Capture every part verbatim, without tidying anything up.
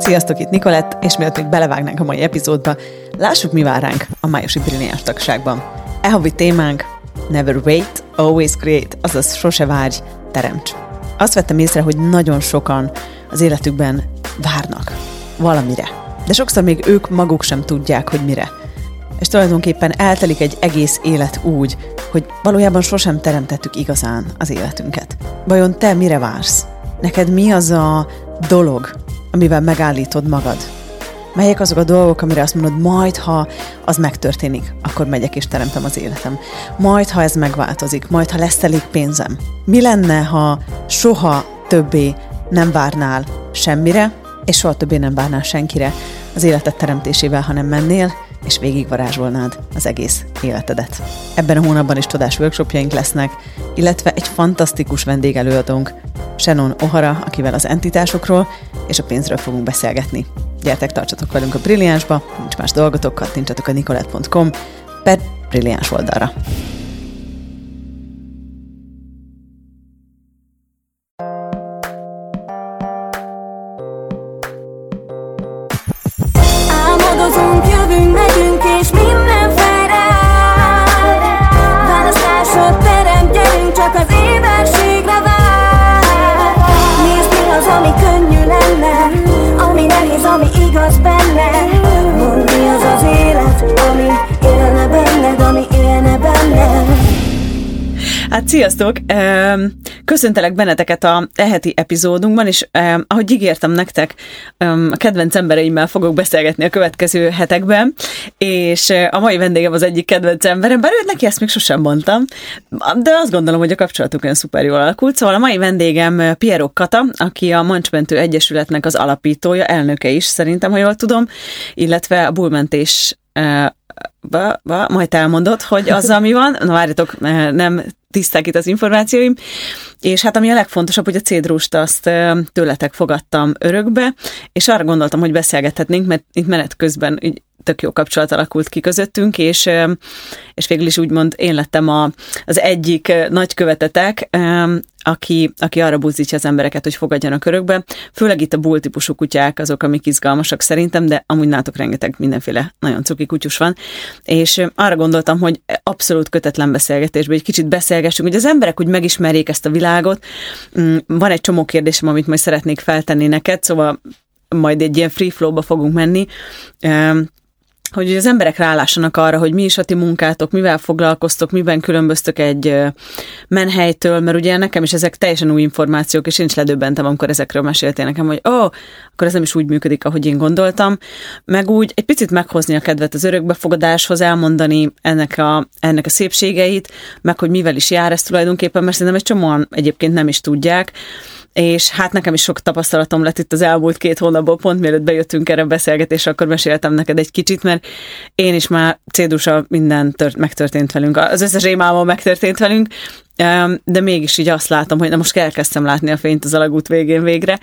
Sziasztok, itt Nikolett, és mielőtt még belevágnánk a mai epizódba, lássuk, mi vár ránk a májusi Brilliáns tagságban. E havi témánk Never wait, always create, azaz sose várj, teremts. Azt vettem észre, hogy nagyon sokan az életükben várnak valamire, de sokszor még ők maguk sem tudják, hogy mire. És tulajdonképpen eltelik egy egész élet úgy, hogy valójában sosem teremtettük igazán az életünket. Vajon te mire vársz? Neked mi az a dolog, amivel megállítod magad? Melyek azok a dolgok, amire azt mondod, majd ha az megtörténik, akkor megyek és teremtem az életem. Majd ha ez megváltozik, majd ha lesz elég pénzem. Mi lenne, ha soha többé nem várnál semmire, és soha többé nem várnál senkire az életed teremtésével, hanem mennél, és végigvarázsolnád az egész életedet. Ebben a hónapban is csodás workshopjaink lesznek, illetve egy fantasztikus vendégelőadónk, Shannon O'Hara, akivel az entitásokról és a pénzről fogunk beszélgetni. Gyertek, tartsatok velünk a Brilliánsba, nincs más dolgotok, kattintsatok a nikolett pont com per Brilliáns oldalra. Álmodozunk, jövünk, megyünk, és minden felráll. Választásod terem, gyerünk, csak az éberségre vár. Nézd, mi az, ami könnyű lenne, ami nehéz, ami igaz benne. Mondd, mi az az élet, ami élne benned, ami élne benned. Hát sziasztok! Köszöntelek benneteket a eheti epizódunkban, és ahogy ígértem nektek, a kedvenc embereimmel fogok beszélgetni a következő hetekben, és a mai vendégem az egyik kedvenc emberem, bár őt neki ezt még sosem mondtam, de azt gondolom, hogy a kapcsolatuk olyan szuper jól alakult. Szóval a mai vendégem Piero Kata, aki a Mancsmentő Egyesületnek az alapítója, elnöke is szerintem, ha jól tudom, illetve a bullmentés Ba, ba, majd elmondod, hogy az, ami van. Na várjatok, nem tiszták itt az információim. És hát ami a legfontosabb, hogy a cédrust azt tőletek fogadtam örökbe, és arra gondoltam, hogy beszélgethetnénk, mert itt menet közben így tök jó kapcsolat alakult ki közöttünk, és, és végül is úgymond én lettem a, az egyik nagykövetetek, aki, aki arra buzdítja az embereket, hogy fogadjanak örökbe. Főleg itt a bull típusú kutyák azok, amik izgalmasak szerintem, de amúgy nátok rengeteg mindenféle nagyon cuki kutyus van. És arra gondoltam, hogy abszolút kötetlen beszélgetésben egy kicsit beszélgessünk, hogy az emberek úgy megismerjék ezt a világot. Van egy csomó kérdésem, amit majd szeretnék feltenni neked, szóval majd egy ilyen free flow-ba fogunk menni, hogy az emberek rálássanak arra, hogy mi is a ti munkátok, mivel foglalkoztok, miben különböztök egy menhelytől, mert ugye nekem is ezek teljesen új információk, és én is ledöbbentem, amikor ezekről meséltél nekem, hogy ó, oh, akkor ez nem is úgy működik, ahogy én gondoltam, meg úgy egy picit meghozni a kedvet az örökbefogadáshoz, elmondani ennek a, ennek a szépségeit, meg hogy mivel is jár ez tulajdonképpen, mert szerintem egy csomóan egyébként nem is tudják, és hát nekem is sok tapasztalatom lett itt az elmúlt két hónapban, pont mielőtt bejöttünk erre a beszélgetésre, akkor meséltem neked egy kicsit, mert én is már cédussal minden tört, megtörtént velünk, az összes rémálmon megtörtént velünk, de mégis így azt látom, hogy na most elkezdtem látni a fényt az alagút végén végre,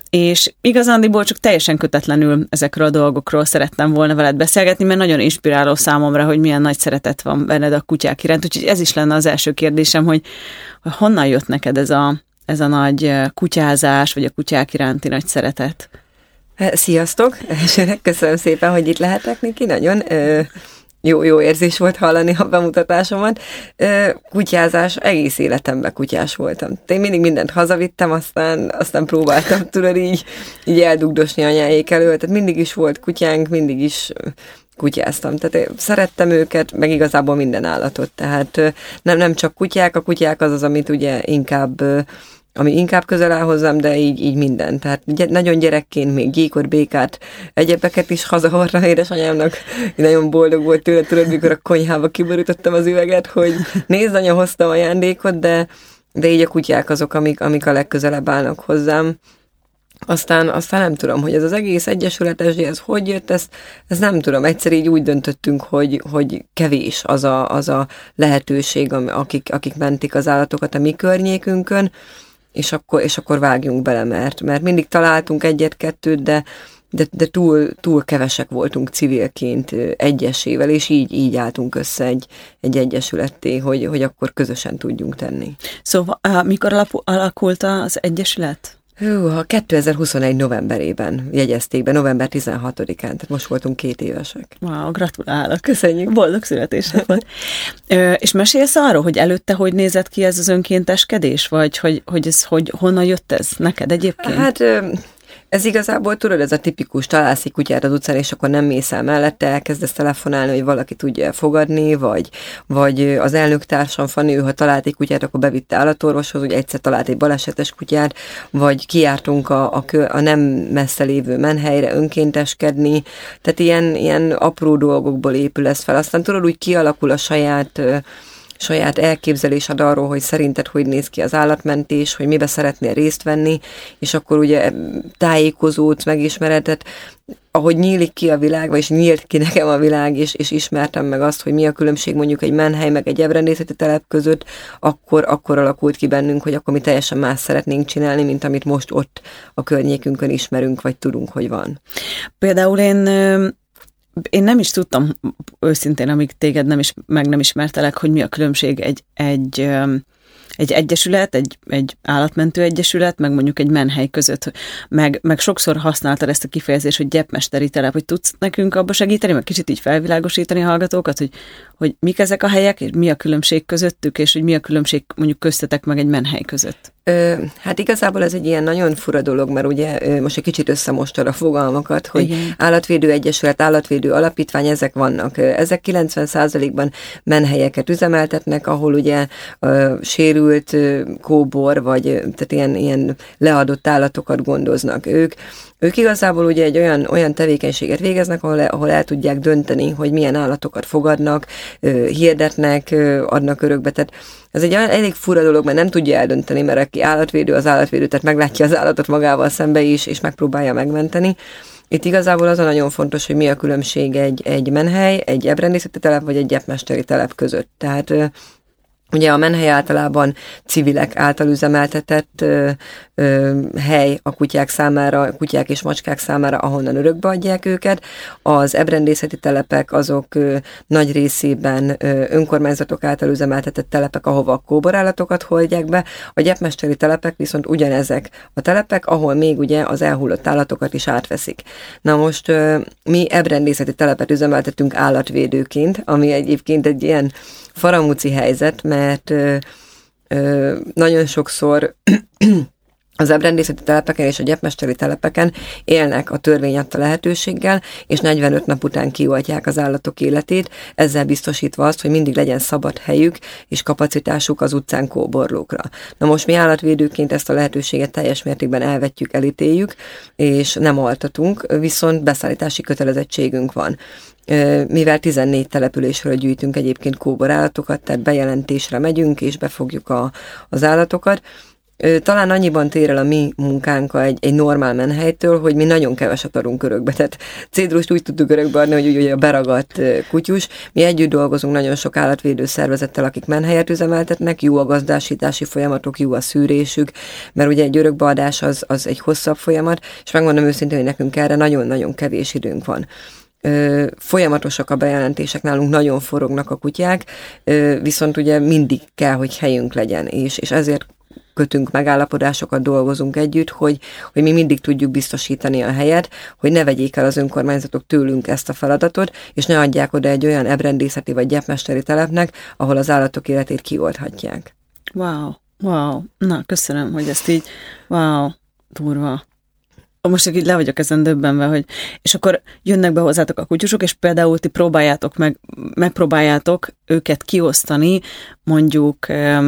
és igazándiból csak teljesen kötetlenül ezekről a dolgokról szerettem volna veled beszélgetni, mert nagyon inspiráló számomra, hogy milyen nagy szeretet van benned a kutyák iránt, úgyhogy ez is lenne az első kérdésem, hogy honnan jött neked ez a ez a nagy kutyázás, vagy a kutyák iránti nagy szeretet? Sziasztok! Elsőnek köszönöm szépen, hogy itt lehetek, Niki. Nagyon jó, jó érzés volt hallani a bemutatásomat. Kutyázás, egész életemben kutyás voltam. Én mindig mindent hazavittem, aztán, aztán próbáltam tudod így, így eldugdosni anyáék elől. Tehát mindig is volt kutyánk, mindig is kutyáztam. Tehát szerettem őket, meg igazából minden állatot. Tehát nem, nem csak kutyák, a kutyák az az, amit ugye inkább, ami inkább közel áll hozzám, de így, így minden. Tehát nagyon gyerekként még gyíkot, békát, egyebeket is hazahordtam édesanyámnak. Nagyon boldog volt tőle, tudod, mikor a konyhába kiborítottam az üveget, hogy nézd, anya, hoztam ajándékot, de, de így a kutyák azok, amik, amik a legközelebb állnak hozzám. Aztán, aztán nem tudom, hogy ez az egész egyesületes, ez hogy jött, ezt, ezt nem tudom. Egyszer így úgy döntöttünk, hogy, hogy kevés az a, az a lehetőség, akik, akik mentik az állatokat a mi környékünkön, és akkor, és akkor vágjunk bele, mert, mert mindig találtunk egyet-kettőt, de, de, de túl, túl kevesek voltunk civilként egyesével, és így, így álltunk össze egy, egy egyesületté, hogy, hogy akkor közösen tudjunk tenni. Szóval mikor alakult az egyesület? Hűha, kétezer-huszonegy novemberében jegyezték be, november tizenhatodikán, tehát most voltunk két évesek. Wow, gratulálok. Köszönjük. Boldog születésnapot. Ö, és mesélsz arról, hogy előtte hogy nézett ki ez az önkénteskedés, vagy hogy, hogy ez, hogy honnan jött ez neked egyébként? Hát... Ez igazából, tudod, ez a tipikus, találsz egy kutyát az utcán, és akkor nem mész el mellette, elkezdesz telefonálni, hogy valaki tudja fogadni, vagy, vagy az elnöktársam Fanni, ő, ha talált egy kutyát, akkor bevitte állatorvoshoz, hogy egyszer talált egy balesetes kutyát, vagy kijártunk a, a, a nem messze lévő menhelyre önkénteskedni, tehát ilyen, ilyen apró dolgokból épül ez fel. Aztán tudod, úgy kialakul a saját... saját elképzelésed arról, hogy szerinted hogy néz ki az állatmentés, hogy mibe szeretnél részt venni, és akkor ugye tájékozódsz, megismered, tehát ahogy nyílik ki a világ, vagyis nyílt ki nekem a világ, és, és ismertem meg azt, hogy mi a különbség mondjuk egy menhely, meg egy ebrendészeti telep között, akkor, akkor alakult ki bennünk, hogy akkor mi teljesen más szeretnénk csinálni, mint amit most ott a környékünkön ismerünk, vagy tudunk, hogy van. Például én... Én nem is tudtam őszintén, amíg téged nem is, meg nem ismertelek, hogy mi a különbség egy, egy, egy egyesület, egy, egy állatmentő egyesület, meg mondjuk egy menhely között. Meg, meg sokszor használtad ezt a kifejezést, hogy gyepmesteri telep, hogy tudsz nekünk abba segíteni, meg kicsit így felvilágosítani a hallgatókat, hogy, hogy mik ezek a helyek, és mi a különbség közöttük, és hogy mi a különbség mondjuk köztetek meg egy menhely között. Ö, hát igazából ez egy ilyen nagyon fura dolog, mert ugye ö, most egy kicsit összemostad a fogalmakat, hogy igen. Állatvédő Egyesület, Állatvédő Alapítvány, ezek vannak. Ezek kilencven százalékban menhelyeket üzemeltetnek, ahol ugye ö, sérült ö, kóbor, vagy ö, tehát ilyen, ilyen leadott állatokat gondoznak ők. Ők igazából ugye egy olyan, olyan tevékenységet végeznek, ahol, ahol el tudják dönteni, hogy milyen állatokat fogadnak, ö, hirdetnek, ö, adnak örökbe. Tehát ez egy elég fura dolog, mert nem tudja eldönteni, mert aki állatvédő, az állatvédő, tehát meglátja az állatot magával szembe is, és megpróbálja megmenteni. Itt igazából az a nagyon fontos, hogy mi a különbség egy, egy menhely, egy ebrendészeti telep, vagy egy gyepmesteri telep között. Tehát ö, ugye a menhely általában civilek által üzemeltetett ö, ö, hely a kutyák számára, a kutyák és macskák számára, ahonnan örökbe adják őket. Az ebrendészeti telepek azok ö, nagy részében ö, önkormányzatok által üzemeltetett telepek, ahova a kóborállatokat hordják be. A gyepmesteri telepek viszont ugyanezek a telepek, ahol még ugye az elhullott állatokat is átveszik. Na most ö, mi ebrendészeti telepet üzemeltetünk állatvédőként, ami egyébként egy ilyen faramúci helyzet, mert ö, ö, nagyon sokszor az ebrendészeti telepeken és a gyepmesteri telepeken élnek a törvény adta lehetőséggel, és negyvenöt nap után kioltják az állatok életét, ezzel biztosítva azt, hogy mindig legyen szabad helyük és kapacitásuk az utcán kóborlókra. Na most mi állatvédőként ezt a lehetőséget teljes mértékben elvetjük, elítéljük, és nem altatunk, viszont beszállítási kötelezettségünk van. Mivel tizennégy településről gyűjtünk egyébként kóborállatokat, tehát bejelentésre megyünk, és befogjuk a, az állatokat. Talán annyiban tér el a mi munkánka egy, egy normál menhelytől, hogy mi nagyon keveset adunk örökbe. Tehát cédrust úgy tudtuk örökbe adni, hogy ugye a beragadt kutyus. Mi együtt dolgozunk nagyon sok állatvédő szervezettel, akik menhelyet üzemeltetnek, jó a gazdásítási folyamatok, jó a szűrésük, mert ugye egy örökbeadás az, az egy hosszabb folyamat, és megmondom őszintén, hogy nekünk erre nagyon-nagyon kevés időnk van. Ö, folyamatosak a bejelentések, nálunk nagyon forognak a kutyák, ö, viszont ugye mindig kell, hogy helyünk legyen, és, és ezért kötünk megállapodásokat, dolgozunk együtt, hogy, hogy mi mindig tudjuk biztosítani a helyet, hogy ne vegyék el az önkormányzatok tőlünk ezt a feladatot, és ne adják oda egy olyan ebrendészeti vagy gyepmesteri telepnek, ahol az állatok életét kioldhatják. Wow, wow. Na, köszönöm, hogy ezt így, wow, durva. Most csak így le vagyok ezen döbbenve, hogy és akkor jönnek be hozzátok a kutyusok, és például ti próbáljátok meg, megpróbáljátok őket kiosztani, mondjuk,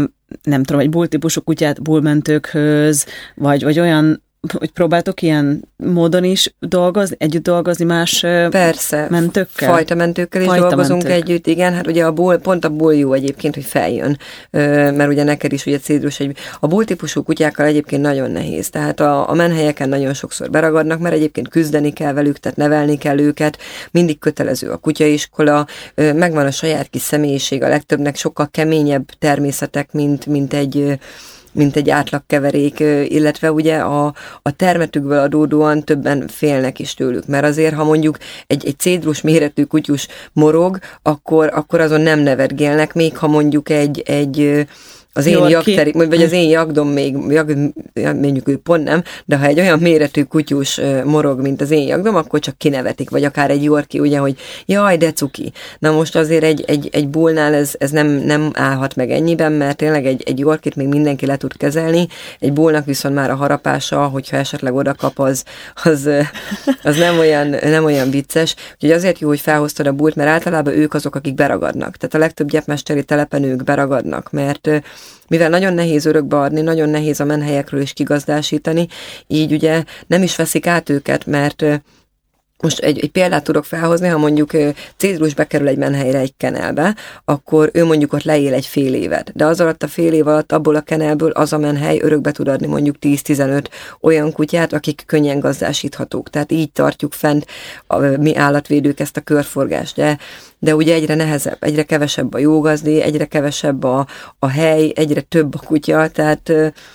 nem tudom, egy bulltípusú kutyát bullmentőkhöz, vagy, vagy olyan, hogy próbáltok ilyen módon is dolgozni, együtt dolgozni más Persze, mentőkkel? Fajta mentőkkel is fajta dolgozunk mentők. Együtt, igen, hát ugye a bull, pont a bull jó egyébként, hogy feljön, mert ugye neked is ugye cédrus, egy, a bull típusú kutyákkal egyébként nagyon nehéz, tehát a, a menhelyeken nagyon sokszor beragadnak, mert egyébként küzdeni kell velük, tehát nevelni kell őket, mindig kötelező a kutyaiskola, megvan a saját kis személyiség, a legtöbbnek sokkal keményebb természetek, mint, mint egy mint egy átlagkeverék, illetve ugye a, a termetükből adódóan többen félnek is tőlük, mert azért, ha mondjuk egy, egy cédrus méretű kutyus morog, akkor, akkor azon nem nevetgélnek, még ha mondjuk egy, egy az én jakterik, vagy az én jagdom még, jag, mondjuk ő pont nem, de ha egy olyan méretű kutyus morog, mint az én jagdom, akkor csak kinevetik, vagy akár egy yorkie, ugye, hogy jaj, de cuki. Na most azért egy, egy, egy bullnál ez, ez nem, nem állhat meg ennyiben, mert tényleg egy, egy yorkit még mindenki le tud kezelni, egy bullnak viszont már a harapása, hogyha esetleg oda kap, az, az, az nem, olyan, nem olyan vicces. Úgyhogy azért jó, hogy felhoztad a bullt, mert általában ők azok, akik beragadnak. Tehát a legtöbb gyepmesteri telepen ők beragadnak, mert mivel nagyon nehéz örökbe adni, nagyon nehéz a menhelyekről is kigazdásítani, így ugye nem is veszik át őket, mert most egy, egy példát tudok felhozni, ha mondjuk Cédrus bekerül egy menhelyre, egy kenelbe, akkor ő mondjuk ott leél egy fél évet. De az alatt a fél év alatt abból a kenelből az a menhely örökbe tud adni mondjuk tíz-tizenöt olyan kutyát, akik könnyen gazdásíthatók. Tehát így tartjuk fent a, mi állatvédők ezt a körforgást. De, de ugye egyre nehezebb, egyre kevesebb a jó gazdi, egyre kevesebb a, a hely, egyre több a kutya, tehát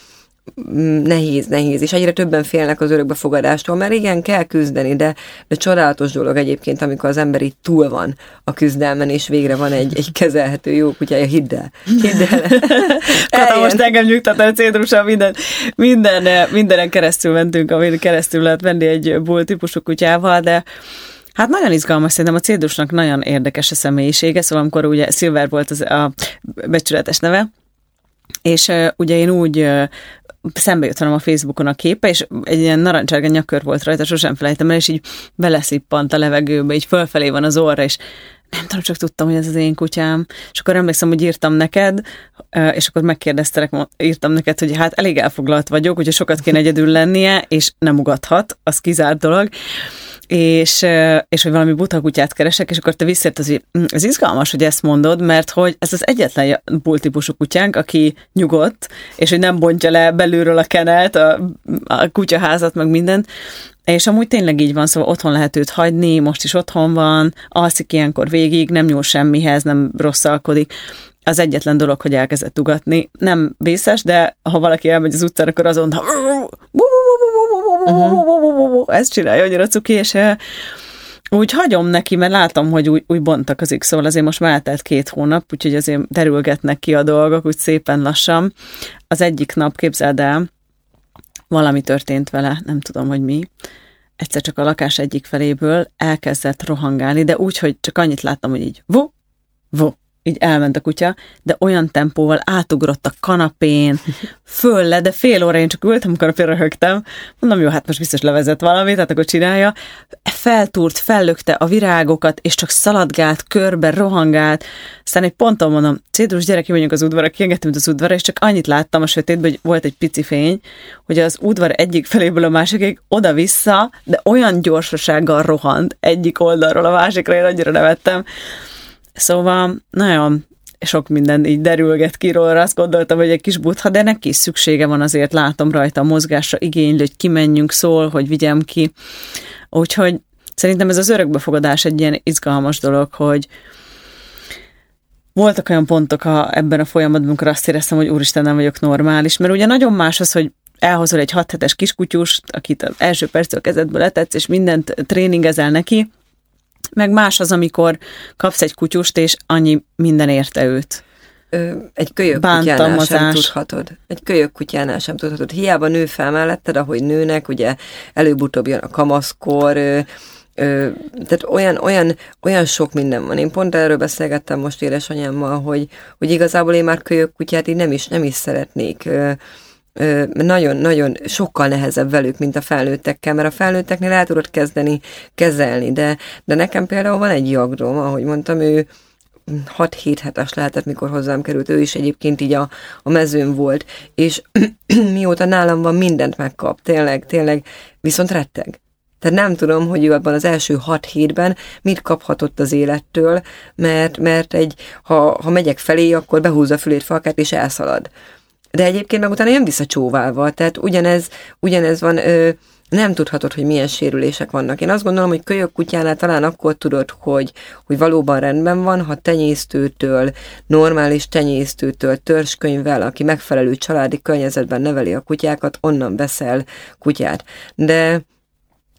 nehéz, nehéz, és egyre többen félnek az örökbefogadástól, mert igen, kell küzdeni, de, de csodálatos dolog egyébként, amikor az ember így túl van a küzdelmen, és végre van egy, egy kezelhető jó kutyája, hidd el. Hidd el. Kata, most engem nyugtat el Cédrussal, minden, minden, mindenen keresztül mentünk, amin keresztül lehet venni egy bull típusú kutyával, de hát nagyon izgalmas, szerintem a Cédrusnak nagyon érdekes a személyisége, szóval amikor ugye Silver volt az a becsületes neve, és uh, ugye én úgy uh, szembe jött velem a Facebookon a képe, és egy ilyen narancsárga nyakör volt rajta, sosem felejtem el, és így beleszippant a levegőbe, így fölfelé van az orra, és nem tudom, csak tudtam, hogy ez az én kutyám. És akkor emlékszem, hogy írtam neked, és akkor megkérdeztelek, írtam neked, hogy hát elég elfoglalt vagyok, hogyha sokat kéne egyedül lennie, és nem ugathat, az kizárt dolog. És, és hogy valami buta kutyát keresek, és akkor te visszért, hogy ez izgalmas, hogy ezt mondod, mert hogy ez az egyetlen bull típusú kutyánk, aki nyugodt, és hogy nem bontja le belülről a kenelt, a, a kutyaházat, meg mindent, és amúgy tényleg így van, szóval otthon lehet őt hagyni, most is otthon van, alszik ilyenkor végig, nem nyúl semmihez, nem rosszalkodik. Az egyetlen dolog, hogy elkezdett ugatni. Nem vészes, de ha valaki elmegy az utcán, akkor azon uh-huh. ezt csinálja, annyira cuki, és úgy hagyom neki, mert látom, hogy úgy, úgy bontakozik, szóval azért most már eltelt két hónap, úgyhogy azért derülgetnek ki a dolgok, úgy szépen lassan. Az egyik nap, képzeld el, valami történt vele, nem tudom, hogy mi. Egyszer csak a lakás egyik feléből elkezdett rohangálni, de úgy, hogy csak annyit láttam, hogy így vo, vo, így elment a kutya, de olyan tempóval átugrott a kanapén, föl le, de fél óra én csak ültem a kanapén, röhögtem. Mondom, jó, hát most biztos levezet valamit, tehát akkor csinálja. Feltúrt, fellökte a virágokat, és csak szaladgált, körbe, rohangált. Aztán egy ponton mondom, Cédrus, gyere, kimegyünk az udvarra, kiengedtünk az udvarra, és csak annyit láttam a sötétben, hogy volt egy pici fény, hogy az udvar egyik feléből a másikig oda-vissza, de olyan gyorsasággal rohant egyik oldalról a másikra, én annyira nevettem. Szóval nagyon sok minden így derülget ki róla, azt gondoltam, hogy egy kis butha, de neki is szüksége van, azért látom rajta a mozgásra, igénylő, hogy kimenjünk, szól, hogy vigyem ki. Úgyhogy szerintem ez az örökbefogadás egy ilyen izgalmas dolog, hogy voltak olyan pontok a, ebben a folyamatban, amikor azt éreztem, hogy úristen, nem vagyok normális, mert ugye nagyon más az, hogy elhozol egy hat hetes kiskutyust, akit az első perctől kezdetből letetsz, és mindent tréningezel neki, meg más az, amikor kapsz egy kutyust, és annyi minden érte őt. Ö, egy kölyök kutyánál sem tudhatod. Egy kölyök kutyánál sem tudhatod. Hiába nő fel melletted, ahogy nőnek, ugye előbb-utóbb jön a kamaszkor, ö, ö, tehát olyan, olyan, olyan sok minden van. Én pont erről beszélgettem most édesanyámmal, hogy, hogy igazából én már kölyök kutyát így nem is, nem is szeretnék. Ö, nagyon-nagyon sokkal nehezebb velük, mint a felnőttekkel, mert a felnőtteknél el tudod kezdeni kezelni, de, de nekem például van egy jagdom, ahogy mondtam, ő hat-hét hetes lehetett, mikor hozzám került, ő is egyébként így a, a mezőn volt, és mióta nálam van, mindent megkap, tényleg, tényleg, viszont retteg. Tehát nem tudom, hogy ő abban az első hat hétben mit kaphatott az élettől, mert, mert egy, ha, ha megyek felé, akkor behúzza a fülét falkát, és elszalad. De egyébként meg utána jön vissza csóválva, tehát ugyanez, ugyanez van, ö, nem tudhatod, hogy milyen sérülések vannak. Én azt gondolom, hogy kölyök kutyánál talán akkor tudod, hogy, hogy valóban rendben van, ha tenyésztőtől, normális tenyésztőtől, törzskönyvvel, aki megfelelő családi környezetben neveli a kutyákat, onnan veszel kutyát. De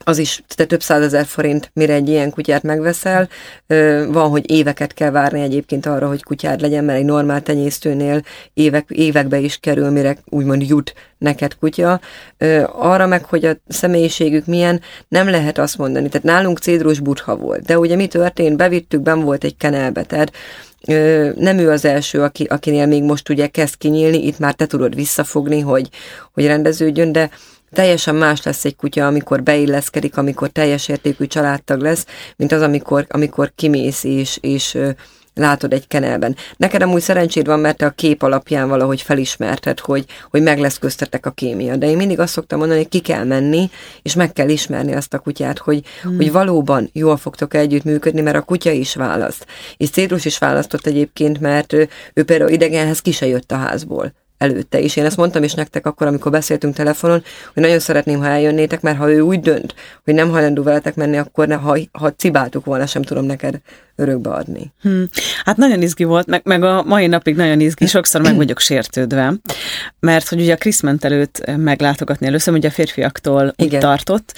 az is te több százezer forint, mire egy ilyen kutyát megveszel. Van, hogy éveket kell várni egyébként arra, hogy kutyád legyen, mert egy normál tenyésztőnél évek, évekbe is kerül, mire úgymond jut neked kutya. Arra meg, hogy a személyiségük milyen, nem lehet azt mondani. Tehát nálunk cédrus Buddha volt, de ugye mi történt? Bevittük, benn volt egy kenelbe, tehát nem ő az első, aki, akinél még most ugye kezd kinyílni, itt már te tudod visszafogni, hogy, hogy rendeződjön, de teljesen más lesz egy kutya, amikor beilleszkedik, amikor teljes értékű családtag lesz, mint az, amikor, amikor kimész és, és látod egy kenelben. Neked amúgy szerencséd van, mert te a kép alapján valahogy felismerted, hogy, hogy meg lesz köztetek a kémia. De én mindig azt szoktam mondani, hogy ki kell menni, és meg kell ismerni azt a kutyát, hogy, hmm. hogy valóban jól fogtok együtt működni, mert a kutya is választ. És Cédrus is választott egyébként, mert ő, ő például idegenhez ki se jött a házból előtte is. Én ezt mondtam is nektek akkor, amikor beszéltünk telefonon, hogy nagyon szeretném, ha eljönnétek, mert ha ő úgy dönt, hogy nem hajlandó veletek menni, akkor ne, ha, ha cibáltuk volna, sem tudom neked örökbe adni. Hmm. Hát nagyon izgi volt, meg, meg a mai napig nagyon izgi, sokszor meg vagyok sértődve, mert hogy ugye a Krisz ment előtt meglátogatni először, ugye a férfiaktól úgy Igen. tartott,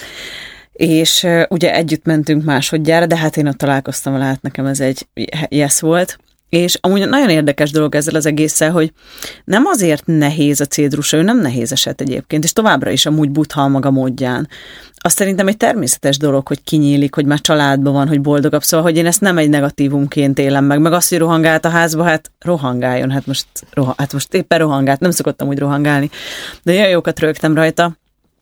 és uh, ugye együtt mentünk másodjára, de hát én ott találkoztam vele, hát nekem ez egy yes volt. És amúgy nagyon érdekes dolog ezzel az egésszel, hogy nem azért nehéz a cédrusa, ő nem nehéz eset egyébként, és továbbra is amúgy Buddha a maga módján. Azt szerintem egy természetes dolog, hogy kinyílik, hogy már családban van, hogy boldogabb, szóval, hogy én ezt nem egy negatívumként élem meg, meg azt, hogy rohangált a házba, hát rohangáljon, hát most, roha, hát most éppen rohangált, nem szokottam úgy rohangálni, de olyan jókat rögtem rajta.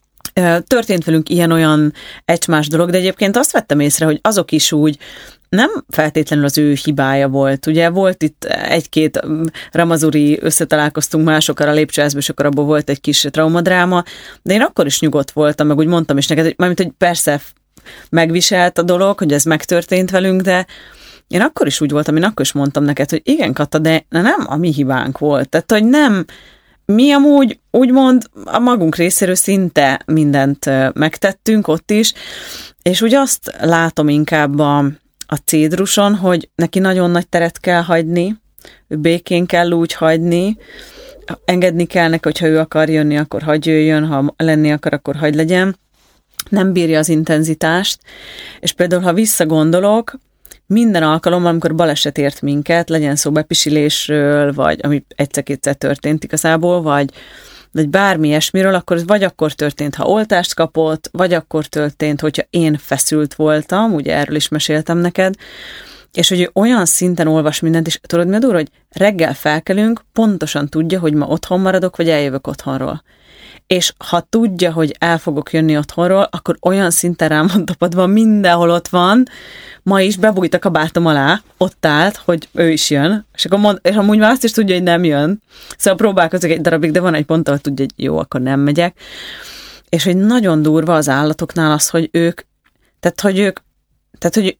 Történt velünk ilyen-olyan egymás dolog, de egyébként azt vettem észre, hogy azok is úgy, nem feltétlenül az ő hibája volt. Ugye volt itt egy-két ramazuri, összetalálkoztunk másokkal a lépcsőházba, és akkor abból volt egy kis traumadráma, de én akkor is nyugodt voltam, meg úgy mondtam is neked, hogy, mármint, hogy persze megviselt a dolog, hogy ez megtörtént velünk, de én akkor is úgy voltam, én akkor is mondtam neked, hogy igen, Kata, de nem a mi hibánk volt. Tehát, hogy nem, mi amúgy úgymond a magunk részéről szinte mindent megtettünk ott is, és úgy azt látom inkább a a cédruson, hogy neki nagyon nagy teret kell hagyni, ő békén kell úgy hagyni, engedni kell neki, hogyha ő akar jönni, akkor hagy jöjjön, ha lenni akar, akkor hagy legyen. Nem bírja az intenzitást, és például, ha visszagondolok, minden alkalommal, amikor baleset ért minket, legyen szó bepisilésről, vagy ami egyszer-kétszer történt igazából, vagy vagy bármi ilyesmiről, akkor ez vagy akkor történt, ha oltást kapott, vagy akkor történt, hogyha én feszült voltam, ugye erről is meséltem neked, és hogy ő olyan szinten olvas mindent, és tudod mi a durva, hogy reggel felkelünk, pontosan tudja, hogy ma otthon maradok, vagy eljövök otthonról. És ha tudja, hogy el fogok jönni otthonról, akkor olyan szinten rám van tapadva, mindenhol ott van, ma is bebújt a kabátom alá, ott állt, hogy ő is jön, és, akkor mond, és amúgy már azt is tudja, hogy nem jön. Szóval próbálkozok egy darabig, de van egy pont, ahol tudja, hogy jó, akkor nem megyek. És hogy nagyon durva az állatoknál az, hogy ők, tehát hogy ők, tehát hogy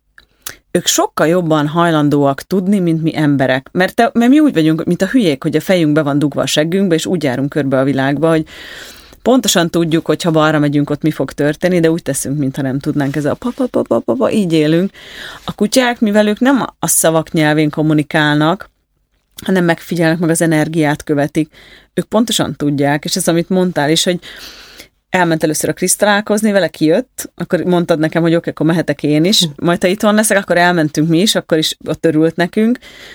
ők sokkal jobban hajlandóak tudni, mint mi emberek. Mert, te, mert mi úgy vagyunk, mint a hülyék, hogy a fejünkbe van dugva a seggünkbe, és úgy járunk körbe a világba, hogy pontosan tudjuk, hogy ha balra megyünk, ott mi fog történni, de úgy teszünk, mintha nem tudnánk, ez a pa-pa-pa-pa-pa, így élünk. A kutyák, mivel ők nem a szavak nyelvén kommunikálnak, hanem megfigyelnek, meg az energiát követik, ők pontosan tudják, és ez, amit mondtál is, hogy elment először a Krisz találkozni, vele kijött, akkor mondtad nekem, hogy oké, okay, akkor mehetek én is, majd ha itthon leszek, akkor elmentünk mi is, akkor is ott örült nekünk,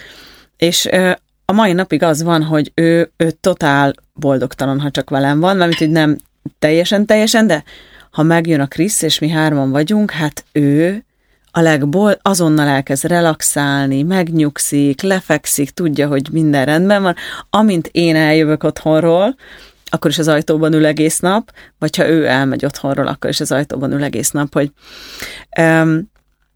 és a mai napig az van, hogy ő, ő totál boldogtalan, ha csak velem van, mert hogy nem teljesen, teljesen, de ha megjön a Krisz, és mi hárman vagyunk, hát ő a legbold, azonnal elkezd relaxálni, megnyugszik, lefekszik, tudja, hogy minden rendben van. Amint én eljövök otthonról, akkor is az ajtóban ül egész nap, vagy ha ő elmegy otthonról, akkor is az ajtóban ül egész nap, hogy um,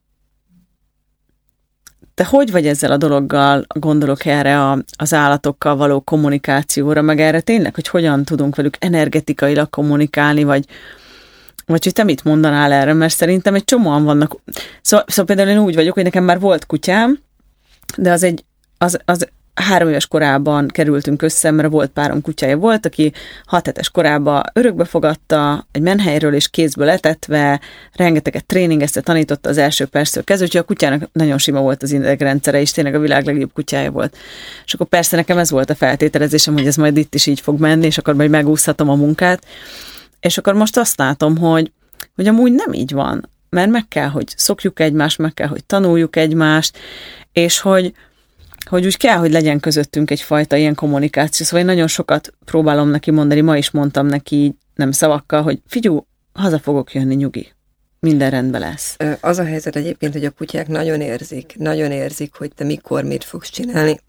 te hogy vagy ezzel a dologgal, gondolok erre a, az állatokkal való kommunikációra, meg erre tényleg, hogy hogyan tudunk velük energetikailag kommunikálni, vagy, vagy hogy te mit mondanál erre, mert szerintem egy csomóan vannak. Szóval, szóval például én úgy vagyok, hogy nekem már volt kutyám, de az egy, az, az három éves korában kerültünk össze, mert volt párom kutyája volt, aki hat hetes korában örökbe fogadta, egy menhelyről és kézből etetve, rengeteget tréningezte, tanította az első perctől kezdve, úgyhogy a kutyának nagyon sima volt az idegrendszere, és tényleg a világ legjobb kutyája volt. És akkor persze nekem ez volt a feltételezésem, hogy ez majd itt is így fog menni, és akkor majd megúszhatom a munkát. És akkor most azt látom, hogy hogy amúgy nem így van, mert meg kell, hogy szokjuk egymást, meg kell, hogy tanuljuk egymást, és hogy, hogy úgy kell, hogy legyen közöttünk egyfajta ilyen kommunikáció. Szóval én nagyon sokat próbálom neki mondani, ma is mondtam neki, nem szavakkal, hogy figyú, haza fogok jönni, nyugi. Minden rendben lesz. Az a helyzet egyébként, hogy a kutyák nagyon érzik, nagyon érzik, hogy te mikor mit fogsz csinálni.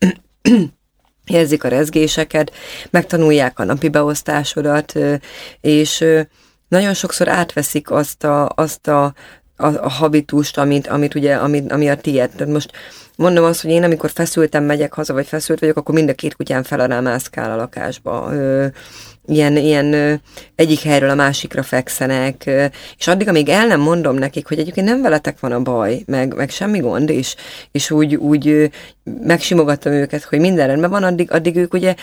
Érzik a rezgéseket, megtanulják a napi beosztásodat, és nagyon sokszor átveszik azt a, azt a, a, a habitust, amit, amit ugye, amit, ami a tiéd. Tehát most mondom azt, hogy én amikor feszültem, megyek haza, vagy feszült vagyok, akkor mind a két kutyám fel alá mászkál a lakásba. Ö, ilyen, ilyen ö, egyik helyről a másikra fekszenek, ö, és addig, amíg el nem mondom nekik, hogy egyébként nem veletek van a baj, meg, meg semmi gond, és, és úgy, úgy ö, megsimogattam őket, hogy minden rendben van, addig, addig ők ugye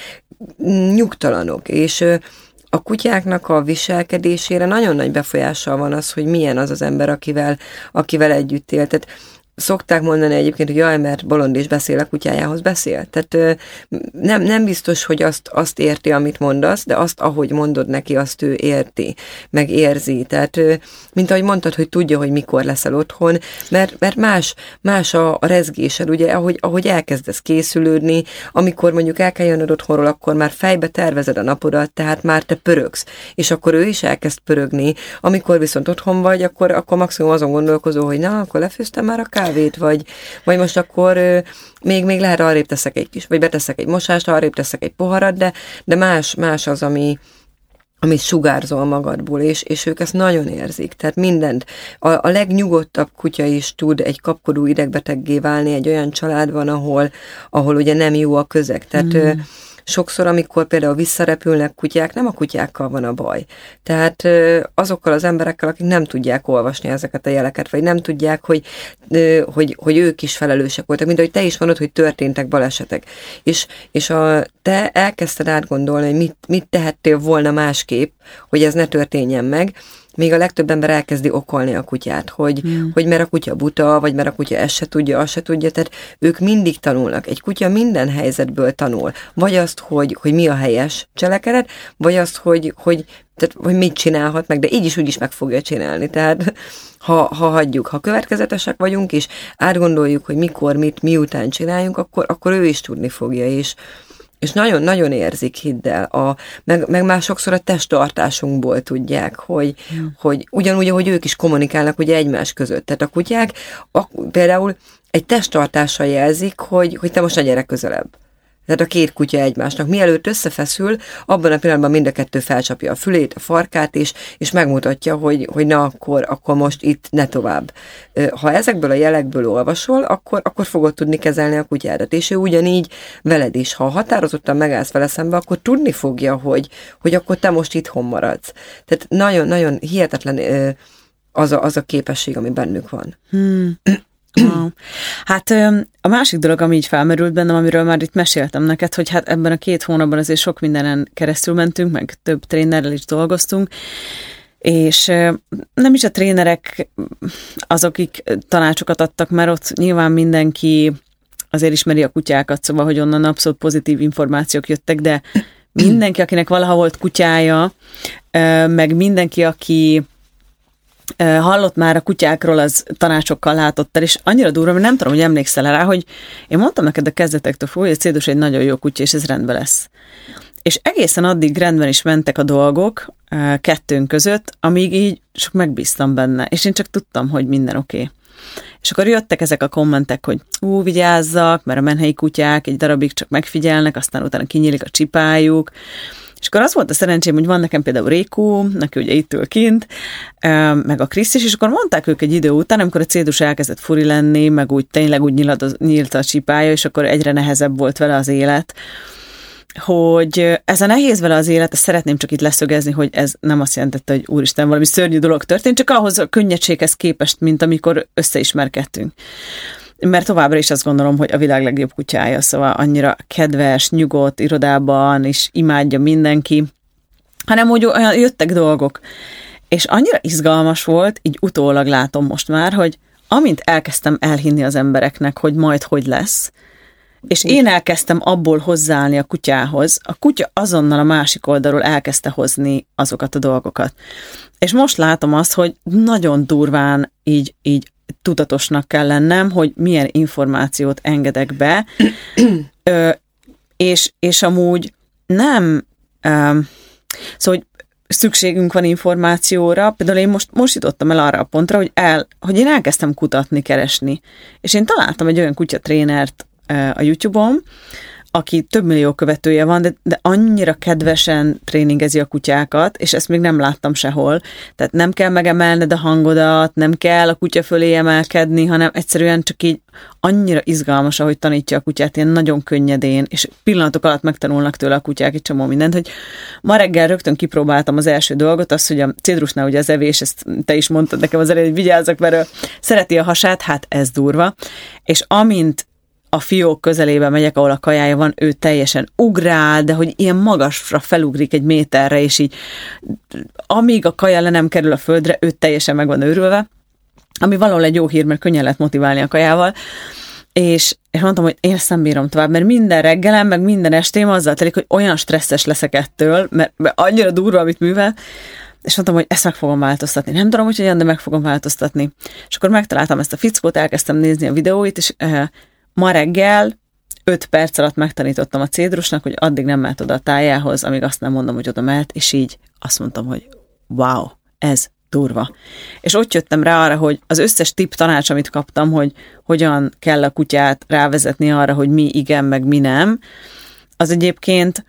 nyugtalanok, és ö, a kutyáknak a viselkedésére nagyon nagy befolyással van az, hogy milyen az az ember, akivel, akivel együtt él. Tehát szokták mondani egyébként, hogy jaj, mert bolond is beszél, a kutyájához beszél. Tehát nem, nem biztos, hogy azt, azt érti, amit mondasz, de azt, ahogy mondod neki, azt ő érti, meg érzi. Tehát, mint ahogy mondtad, hogy tudja, hogy mikor leszel otthon, mert, mert más, más a, a rezgésed, ugye, ahogy, ahogy elkezdesz készülődni, amikor mondjuk el kell jönnöd otthonról, akkor már fejbe tervezed a napodat, tehát már te pörögsz, és akkor ő is elkezd pörögni. Amikor viszont otthon vagy, akkor, akkor maximum azon gondolkozol, hogy na, akkor lefőztem már a kávét, vagy, vagy most akkor ö, még, még lehet arrébb teszek egy kis, vagy beteszek egy mosást, arrébb teszek egy poharat, de, de más, más az, ami, amit sugárzol magadból, és, és ők ezt nagyon érzik. Tehát mindent. A, a legnyugodtabb kutya is tud egy kapkodó idegbeteggé válni egy olyan családban, ahol, ahol ugye nem jó a közeg. Tehát mm. ö, sokszor, amikor például visszarepülnek kutyák, nem a kutyákkal van a baj. Tehát ö, azokkal az emberekkel, akik nem tudják olvasni ezeket a jeleket, vagy nem tudják, hogy, ö, hogy, hogy ők is felelősek voltak. Mint ahogy te is mondod, hogy történtek balesetek. És, és a, te elkezdted átgondolni, hogy mit, mit tehettél volna másképp, hogy ez ne történjen meg, még a legtöbb ember elkezdi okolni a kutyát, hogy, hmm. hogy mert a kutya buta, vagy mert a kutya ezt se tudja, azt se tudja, tehát ők mindig tanulnak. Egy kutya minden helyzetből tanul. Vagy azt, hogy, hogy mi a helyes cselekedet, vagy azt, hogy, hogy, tehát, hogy mit csinálhat meg, de így is úgy is meg fogja csinálni. Tehát ha, ha hagyjuk, ha következetesek vagyunk, és átgondoljuk, hogy mikor, mit, miután csináljunk, akkor, akkor ő is tudni fogja, és És nagyon-nagyon érzik, hidd el, a, meg, meg már sokszor a testtartásunkból tudják, hogy, hmm. hogy ugyanúgy, ahogy ők is kommunikálnak ugye egymás között. Tehát a kutyák a, például egy testtartással jelzik, hogy, hogy te most ne gyere közelebb. Tehát a két kutya egymásnak. Mielőtt összefeszül, abban a pillanatban mind a kettő felcsapja a fülét, a farkát, és, és megmutatja, hogy, hogy na, akkor, akkor most itt ne tovább. Ha ezekből a jelekből olvasol, akkor, akkor fogod tudni kezelni a kutyádat. És ő ugyanígy veled is. Ha határozottan megállsz vele szembe, akkor tudni fogja, hogy, hogy akkor te most itthon maradsz. Tehát nagyon-nagyon hihetetlen az a, az a képesség, ami bennük van. Hmm. Wow. Hát a másik dolog, ami így felmerült bennem, amiről már itt meséltem neked, hogy hát ebben a két hónapban azért sok mindenen keresztül mentünk, meg több trénerrel is dolgoztunk, és nem is a trénerek azok, akik tanácsokat adtak, mert ott nyilván mindenki azért ismeri a kutyákat, szóval, hogy onnan abszolút pozitív információk jöttek, de mindenki, akinek valaha volt kutyája, meg mindenki, aki hallott már a kutyákról, az tanácsokkal látott el, és annyira durva, mert nem tudom, hogy emlékszel rá, hogy én mondtam neked a kezdetektől, hogy a Cédus egy nagyon jó kutya, és ez rendben lesz. És egészen addig rendben is mentek a dolgok kettőnk között, amíg így sok megbíztam benne, és én csak tudtam, hogy minden oké. Okay. És akkor jöttek ezek a kommentek, hogy ú, vigyázzak, mert a menhelyi kutyák egy darabig csak megfigyelnek, aztán utána kinyílik a csipájuk. És akkor az volt a szerencsém, hogy van nekem például Rékó, neki ugye itt ül kint, meg a Krisz is, és akkor mondták ők egy idő után, amikor a Cédus elkezdett furi lenni, meg úgy tényleg úgy nyílt, nyílt a csipája, és akkor egyre nehezebb volt vele az élet, hogy ez a nehéz vele az élet, ezt szeretném csak itt leszögezni, hogy ez nem azt jelentette, hogy úristen, valami szörnyű dolog történt, csak ahhoz a könnyedséghez képest, mint amikor összeismerkedtünk. Mert továbbra is azt gondolom, hogy a világ legjobb kutyája, szóval annyira kedves, nyugodt, irodában is imádja mindenki, hanem hogy olyan jöttek dolgok. És annyira izgalmas volt, így utólag látom most már, hogy amint elkezdtem elhinni az embereknek, hogy majd hogy lesz, És én elkezdtem abból hozzáállni a kutyához, a kutya azonnal a másik oldalról elkezdte hozni azokat a dolgokat. És most látom azt, hogy nagyon durván így, így tudatosnak kell lennem, hogy milyen információt engedek be, Ö, és, és amúgy nem, ö, szóval, hogy szükségünk van információra, például én most, most jutottam el arra a pontra, hogy, el, hogy én elkezdtem kutatni, keresni, és én találtam egy olyan kutyatrénert a YouTube-on, aki több millió követője van, de, de annyira kedvesen tréningezi a kutyákat, és ezt még nem láttam sehol. Tehát nem kell megemelned a hangodat, nem kell a kutya fölé emelkedni, hanem egyszerűen csak így annyira izgalmas, ahogy tanítja a kutyát, ilyen nagyon könnyedén, és pillanatok alatt megtanulnak tőle a kutyák egy csomó mindent, hogy ma reggel rögtön kipróbáltam az első dolgot, az, hogy a cédrusnál ugye az evés, ezt te is mondtad nekem az elején, hogy vigyázzak, mert ő szereti a hasát, hát ez durva, és amint a fiók közelébe megyek, ahol a kajája van, ő teljesen ugrál, de hogy ilyen magasra felugrik egy méterre, és így amíg a kaja le nem kerül a földre, ő teljesen meg van őrülve, ami valahol egy jó hír, mert könnyen lehet motiválni a kajával, és, és mondtam, hogy én ezt nem bírom tovább, mert minden reggelem, meg minden estém azzal telik, hogy olyan stresszes leszek ettől, mert, mert annyira durva, amit művel, és mondtam, hogy ezt meg fogom változtatni. Nem tudom, hogy hogyan, de meg fogom változtatni. És akkor megtaláltam ezt a fickót, elkezdtem nézni a videóit, és eh, ma reggel öt perc alatt megtanítottam a cédrusnak, hogy addig nem mehet oda a tájához, amíg azt nem mondom, hogy oda mehet, és így azt mondtam, hogy wow, ez durva. És ott jöttem rá arra, hogy az összes tipp tanács, amit kaptam, hogy hogyan kell a kutyát rávezetni arra, hogy mi igen, meg mi nem, az egyébként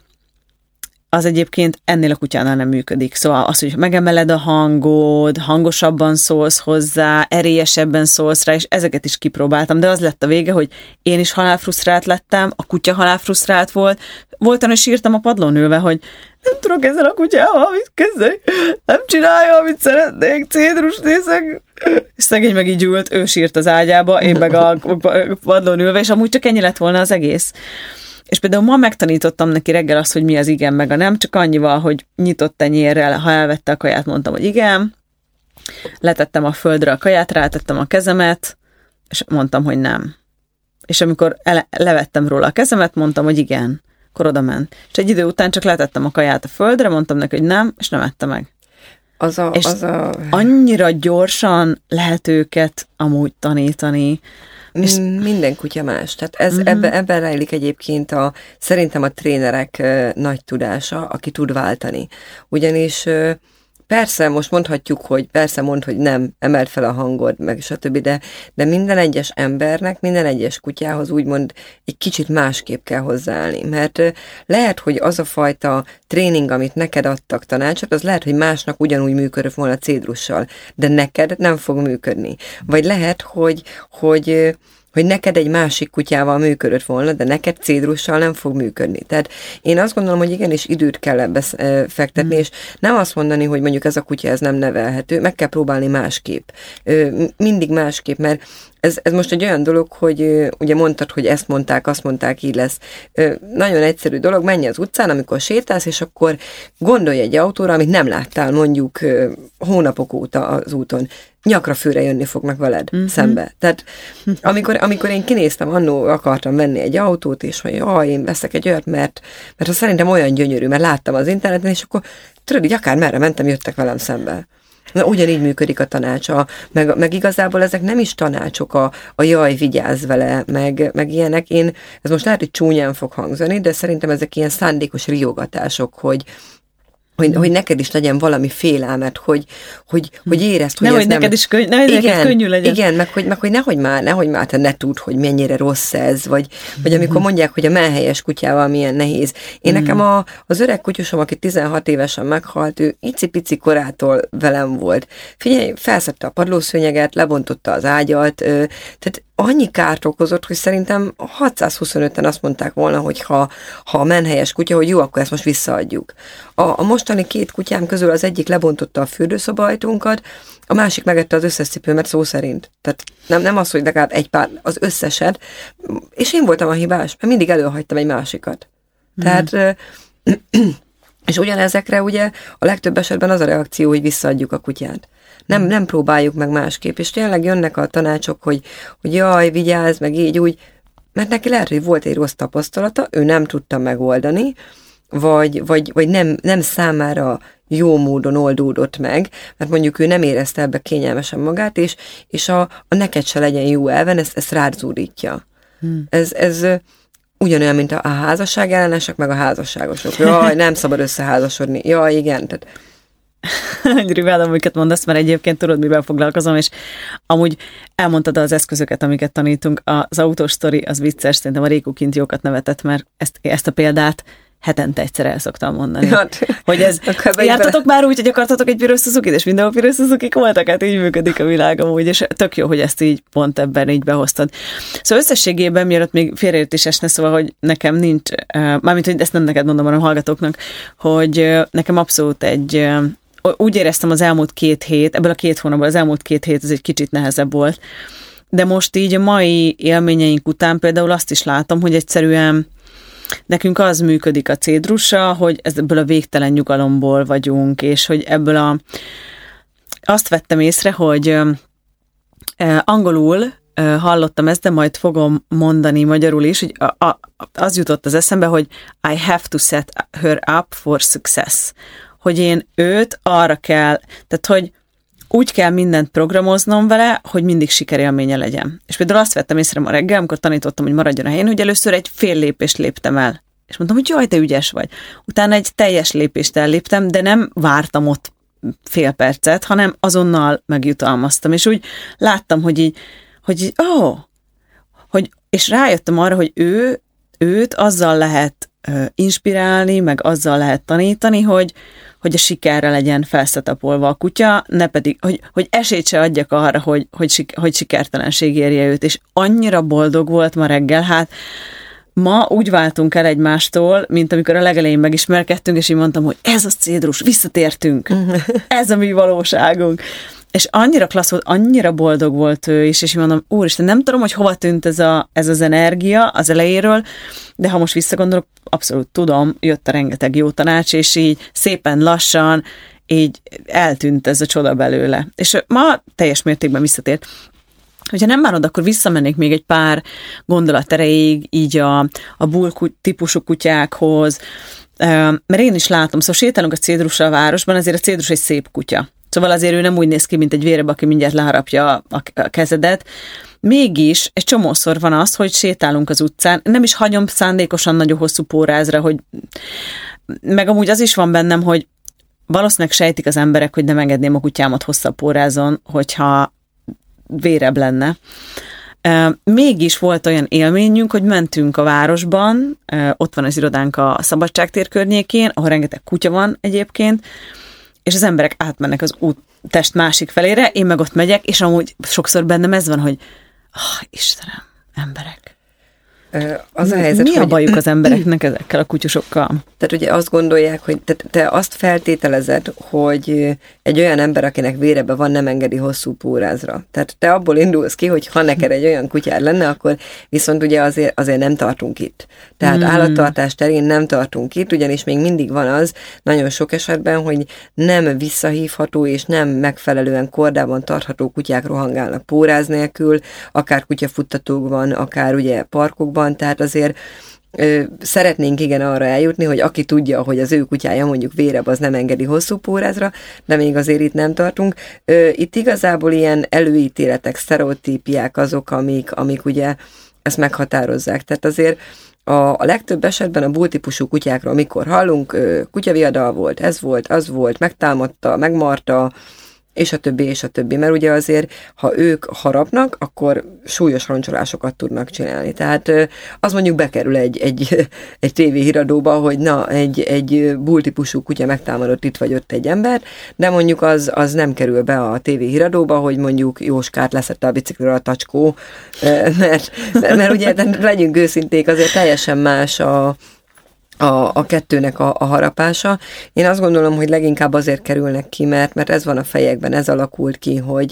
az egyébként ennél a kutyánál nem működik. Szóval az, hogy megemeled a hangod, hangosabban szólsz hozzá, erélyesebben szólsz rá, és ezeket is kipróbáltam, de az lett a vége, hogy én is halálfrusztrált lettem, a kutya halálfrusztrált volt. Voltam, hogy sírtam a padlón ülve, hogy nem tudok ezzel a kutyával mit kezdeni, nem csinálja, amit szeretnék, cédrus nézek. És szegény meg így ült, ő sírt az ágyába, én meg a padlón ülve, és amúgy csak ennyi lett volna az egész. És például ma megtanítottam neki reggel azt, hogy mi az igen, meg a nem, csak annyival, hogy nyitott tenyérrel, ha elvette a kaját, mondtam, hogy igen, letettem a földre a kaját, rátettem a kezemet, és mondtam, hogy nem. És amikor ele- levettem róla a kezemet, mondtam, hogy igen, akkor oda ment. És egy idő után csak letettem a kaját a földre, mondtam neki, hogy nem, és nem ette meg. Az a, és az a... annyira gyorsan lehet őket amúgy tanítani. És minden kutya más. Tehát ez, uh-huh. ebben, ebben rejlik egyébként a, szerintem a trénerek uh, nagy tudása, aki tud váltani. Ugyanis uh, persze most mondhatjuk, hogy persze mondd, hogy nem, emeld fel a hangod, meg stb., de, de minden egyes embernek, minden egyes kutyához úgymond egy kicsit másképp kell hozzáállni. Mert uh, lehet, hogy az a fajta tréning, amit neked adtak tanácsot, az lehet, hogy másnak ugyanúgy működött volna cédrussal, de neked nem fog működni. Vagy lehet, hogy, hogy hogy neked egy másik kutyával működött volna, de neked cédrussal nem fog működni. Tehát én azt gondolom, hogy igenis időt kell ebbe fektetni, mm. és nem azt mondani, hogy mondjuk ez a kutya ez nem nevelhető, meg kell próbálni másképp. Mindig másképp, mert ez, ez most egy olyan dolog, hogy ugye mondtad, hogy ezt mondták, azt mondták, így lesz. Nagyon egyszerű dolog, menj az utcán, amikor sétálsz, és akkor gondolj egy autóra, amit nem láttál mondjuk hónapok óta az úton. Nyakra főre jönni fognak veled mm-hmm. szembe. Tehát amikor, amikor én kinéztem, annó akartam venni egy autót, és hogy jaj, én veszek egy olyat, mert, mert az szerintem olyan gyönyörű, mert láttam az interneten, és akkor tudod, így akár merre mentem, jöttek velem szembe. Na, ugyanígy működik a tanácsa, meg, meg igazából ezek nem is tanácsok, a, a jaj, vigyázz vele, meg, meg ilyenek. Én, ez most lehet, hogy csúnyán fog hangzani, de szerintem ezek ilyen szándékos riogatások, hogy Hogy, hogy neked is legyen valami félelmet, hogy, hogy, hogy érezd, hogy nem, ez hogy nem... neked is könny- nem, igen, neked könnyű legyen. Igen, meg hogy, meg hogy nehogy már, nehogy már te ne tudd, hogy mennyire rossz ez, vagy, vagy amikor mondják, hogy a menhelyes kutyával milyen nehéz. Én mm. nekem a, az öreg kutyusom, aki tizenhat évesen meghalt, ő icipici korától velem volt. Figyelj, felszedte a padlószőnyeget, lebontotta az ágyat, tehát annyi kárt okozott, hogy szerintem hatszázhuszonöten azt mondták volna, hogy ha, ha a menhelyes kutya, hogy jó, akkor ezt most visszaadjuk. A, a mostani két kutyám közül az egyik lebontotta a fürdőszobaajtónkat, a másik megette az összes cipőmet szó szerint. Tehát nem, nem az, hogy legalább egy pár, az összeset. És én voltam a hibás, mert mindig előhagytam egy másikat. Mm. Tehát... És ugyanezekre ugye a legtöbb esetben az a reakció, hogy visszaadjuk a kutyát. Nem, nem próbáljuk meg másképp. És tényleg jönnek a tanácsok, hogy, hogy jaj, vigyázz, meg így úgy, mert neki lehet, hogy volt egy rossz tapasztalata, ő nem tudta megoldani, vagy, vagy, vagy nem, nem számára jó módon oldódott meg, mert mondjuk ő nem érezte ebbe kényelmesen magát, és, és a, a neked se legyen jó elven, ezt, ezt rád zúdítja. Hmm. Ez, ez ugyanolyan, mint a, a házasság ellenesek, meg a házasságosok. Jaj, nem szabad összeházasodni. Jaj, igen. Tehát... Riválom, amiket mondasz, mert egyébként tudod, mivel foglalkozom, és amúgy elmondtad az eszközöket, amiket tanítunk. Az autósztori, az vicces, szerintem a Réku kint jókat nevetett, mert ezt, ezt a példát hetente egyszer el szoktam mondani. Hát, hogy ez, jártatok már úgy, hogy akartatok egy piros Suzuki-t, és mindenhol piros Suzuki-k voltak, hát így működik a világ amúgy, és tök jó, hogy ezt így pont ebben így behoztad. Szóval összességében, mielőtt még félreértés esne, szóval, hogy nekem nincs, mármint, hogy ezt nem neked mondom, hanem hallgatóknak, hogy nekem abszolút egy, úgy éreztem az elmúlt két hét, ebből a két hónapból az elmúlt két hét ez egy kicsit nehezebb volt, de most így a mai élményeink után például azt is látom, hogy egyszerűen nekünk az működik a cédrussal, hogy ebből a végtelen nyugalomból vagyunk, és hogy ebből a... Azt vettem észre, hogy angolul hallottam ezt, de majd fogom mondani magyarul is, hogy a, a, az jutott az eszembe, hogy I have to set her up for success. Hogy én őt arra kell, tehát hogy úgy kell mindent programoznom vele, hogy mindig sikerélménye legyen. És például azt vettem észre ma reggel, amikor tanítottam, hogy maradjon a helyén, hogy először egy fél lépést léptem el. És mondtam, hogy jaj, te ügyes vagy. Utána egy teljes lépést elléptem, de nem vártam ott fél percet, hanem azonnal megjutalmaztam. És úgy láttam, hogy így, hogy így, ó, hogy, és rájöttem arra, hogy ő, őt azzal lehet uh, inspirálni, meg azzal lehet tanítani, hogy hogy a sikerre legyen felszetapolva a kutya, ne pedig, hogy, hogy esélyt se adjak arra, hogy, hogy, hogy sikertelenség érje őt, és annyira boldog volt ma reggel, hát ma úgy váltunk el egymástól, mint amikor a legelején megismerkedtünk, és így mondtam, hogy ez a cédrus, visszatértünk, ez a mi valóságunk. És annyira klassz volt, annyira boldog volt ő is, és így mondom, úristen, nem tudom, hogy hova tűnt ez, a, ez az energia az elejéről, de ha most visszagondolok, abszolút tudom, jött a rengeteg jó tanács, és így szépen lassan így eltűnt ez a csoda belőle. És ma teljes mértékben visszatért. Hogyha nem bánod, akkor visszamennék még egy pár gondolat erejéig, így a, a bull típusú kutyákhoz, mert én is látom, szóval sétálunk a cédrussal a városban, azért a cédrus egy szép kutya. Szóval azért ő nem úgy néz ki, mint egy vérebb, aki mindjárt leharapja a kezedet. Mégis egy csomószor van az, hogy sétálunk az utcán, nem is hagyom szándékosan nagyon hosszú pórázra, hogy meg amúgy az is van bennem, hogy valószínűleg sejtik az emberek, hogy nem engedném a kutyámat hosszabb pórázon, hogyha vérebb lenne. Mégis volt olyan élményünk, hogy mentünk a városban, ott van az irodánk a Szabadságtér környékén, ahol rengeteg kutya van egyébként, és az emberek átmennek az úttest másik felére, én meg ott megyek, és amúgy sokszor bennem ez van, hogy oh, Istenem, emberek. Az a helyzet, mi a hogy... bajuk az embereknek ezekkel a kutyusokkal? Tehát ugye azt gondolják, hogy te, te azt feltételezed, hogy egy olyan ember, akinek vérebe van, nem engedi hosszú pórázra. Tehát te abból indulsz ki, hogy ha neked egy olyan kutyád lenne, akkor viszont ugye azért, azért nem tartunk itt. Tehát hmm. állattartás terén nem tartunk itt, ugyanis még mindig van az nagyon sok esetben, hogy nem visszahívható és nem megfelelően kordában tartható kutyák rohangálnak póráz nélkül, akár kutyafuttatókban, akár ugye parkokban, tehát azért ö, szeretnénk igen arra eljutni, hogy aki tudja, hogy az ő kutyája mondjuk vérebb, az nem engedi hosszú pórázra, de még azért itt nem tartunk. Ö, itt igazából ilyen előítéletek, sztereotípiák azok, amik, amik ugye ezt meghatározzák. Tehát azért a, a legtöbb esetben a bull típusú kutyákról, mikor hallunk, ö, kutyaviadal volt, ez volt, az volt, megtámadta, megmarta, és a többi, és a többi. Mert ugye azért, ha ők harapnak, akkor súlyos roncsolásokat tudnak csinálni. Tehát az mondjuk bekerül egy, egy, egy tévéhíradóba, hogy na, egy, egy bull típusú kutya megtámadott itt vagy ott egy ember, de mondjuk az, az nem kerül be a tévéhíradóba, hogy mondjuk Jóskát leszette a bicikliről a tacskó, mert, mert, mert ugye legyünk őszinték, azért teljesen más a A, a kettőnek a, a harapása. Én azt gondolom, hogy leginkább azért kerülnek ki, mert, mert ez van a fejekben, ez alakult ki, hogy,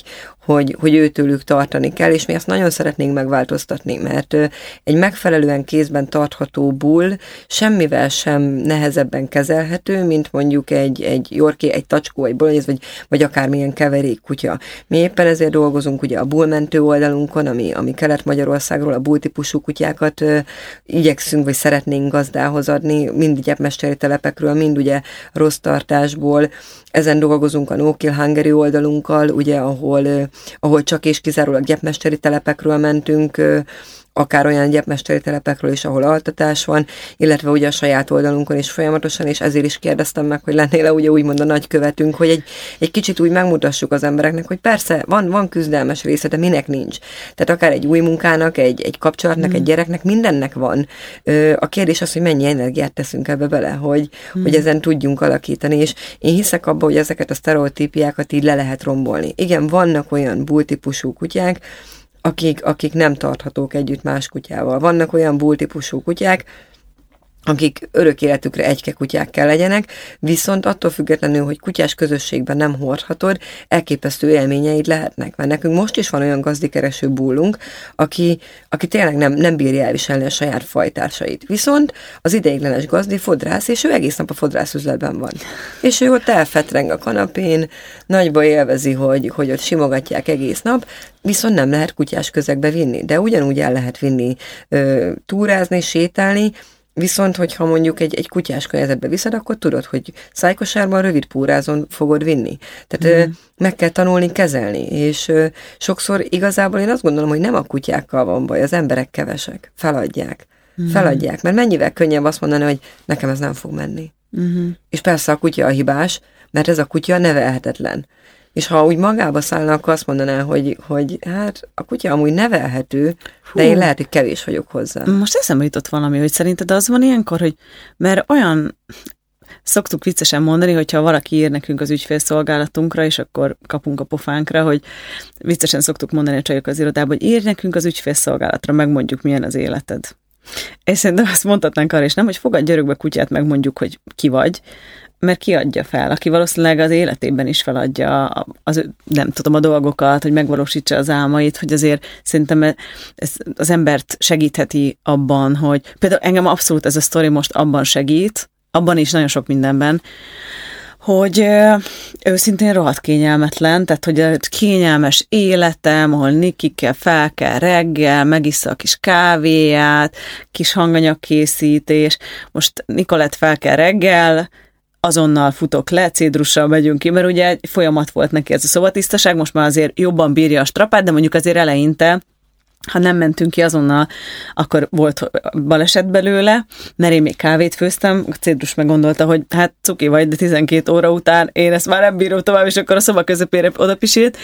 hogy, hogy őtőlük tartani kell, és mi ezt nagyon szeretnénk megváltoztatni, mert egy megfelelően kézben tartható bull semmivel sem nehezebben kezelhető, mint mondjuk egy, egy yorkie, egy tacskó, egy bolonyéz, vagy, vagy akármilyen keverék kutya. Mi éppen ezért dolgozunk ugye a bullmentő oldalunkon, ami, ami Kelet-Magyarországról a bull típusú kutyákat ö, igyekszünk, vagy szeretnénk gazdához adni, mind gyepmesteri telepekről, mind ugye rossz tartásból. Ezen dolgozunk a No Kill Hungary oldalunkkal, ugye, ahol, ö, ahol csak és kizárólag gyepmesteri telepekről mentünk, ö, akár olyan gyepmesteri telepekről is, ahol altatás van, illetve ugye a saját oldalunkon is folyamatosan, és ezért is kérdeztem meg, hogy lennél-e ugye úgymond a nagykövetünk, hogy egy, egy kicsit úgy megmutassuk az embereknek, hogy persze van, van küzdelmes része, de minek nincs. Tehát akár egy új munkának, egy, egy kapcsolatnak, mm. egy gyereknek, mindennek van. A kérdés az, hogy mennyi energiát teszünk ebbe bele, hogy, mm. hogy ezen tudjunk alakítani, és én hiszek abba, hogy ezeket a sztereotípiákat így le lehet rombolni. Igen, vannak olyan bull-típusú kutyák, Akik, akik nem tarthatók együtt más kutyával. Vannak olyan bull-típusú kutyák, akik örök életükre egyke kutyák kell legyenek, viszont attól függetlenül, hogy kutyás közösségben nem hordhatod, elképesztő élményeid lehetnek. Mert nekünk most is van olyan gazdikereső bullunk, aki, aki tényleg nem, nem bírja elviselni a saját fajtársait. Viszont az ideiglenes gazdi fodrász, és ő egész nap a fodrászüzletben van. És ő ott elfetreng a kanapén, nagyba élvezi, hogy, hogy ott simogatják egész nap, viszont nem lehet kutyás közegbe vinni. De ugyanúgy el lehet vinni, ö, túrázni, sétálni, viszont, hogyha mondjuk egy, egy kutyás környezetbe viszed, akkor tudod, hogy szájkosárban rövid púrázon fogod vinni. Tehát mm. ö, meg kell tanulni kezelni, és ö, sokszor igazából én azt gondolom, hogy nem a kutyákkal van baj, az emberek kevesek, feladják. Mm. Feladják, mert mennyivel könnyebb azt mondani, hogy nekem ez nem fog menni. Mm. És persze a kutya a hibás, mert ez a kutya nevelhetetlen. És ha úgy magába szállna, akkor azt mondaná, hogy, hogy hát a kutya amúgy nevelhető, Hú. de én lehet, hogy kevés vagyok hozzá. Most eszembe jutott valami, hogy szerinted az van ilyenkor, hogy mert olyan, szoktuk viccesen mondani, hogyha valaki ír nekünk az ügyfélszolgálatunkra, és akkor kapunk a pofánkra, hogy viccesen szoktuk mondani a csajok az irodában, hogy ír nekünk az ügyfélszolgálatra, megmondjuk, milyen az életed. És szerintem azt mondhatnánk arra is, nem, hogy fogadj örökbe kutyát, megmondjuk, hogy ki vagy, mert ki adja fel, aki valószínűleg az életében is feladja az, nem tudom, a dolgokat, hogy megvalósítsa az álmait, hogy azért szerintem ez az embert segítheti abban, hogy például engem abszolút ez a sztori most abban segít, abban is nagyon sok mindenben, hogy őszintén rohadt kényelmetlen, tehát hogy a kényelmes életem, ahol Nikikkel fel kell reggel, megissza a kis kávéját, kis hanganyagkészítés, most Nikolett fel kell reggel, azonnal futok le, cédrussal megyünk ki, mert ugye egy folyamat volt neki ez a szobatisztaság, most már azért jobban bírja a strapát, de mondjuk azért eleinte, ha nem mentünk ki azonnal, akkor volt baleset belőle, mert én még kávét főztem, a cédrus meg gondolta, hogy hát cuki vagy, de tizenkét óra után én ezt már nem bírom tovább, és akkor a szoba közepére odapisilt.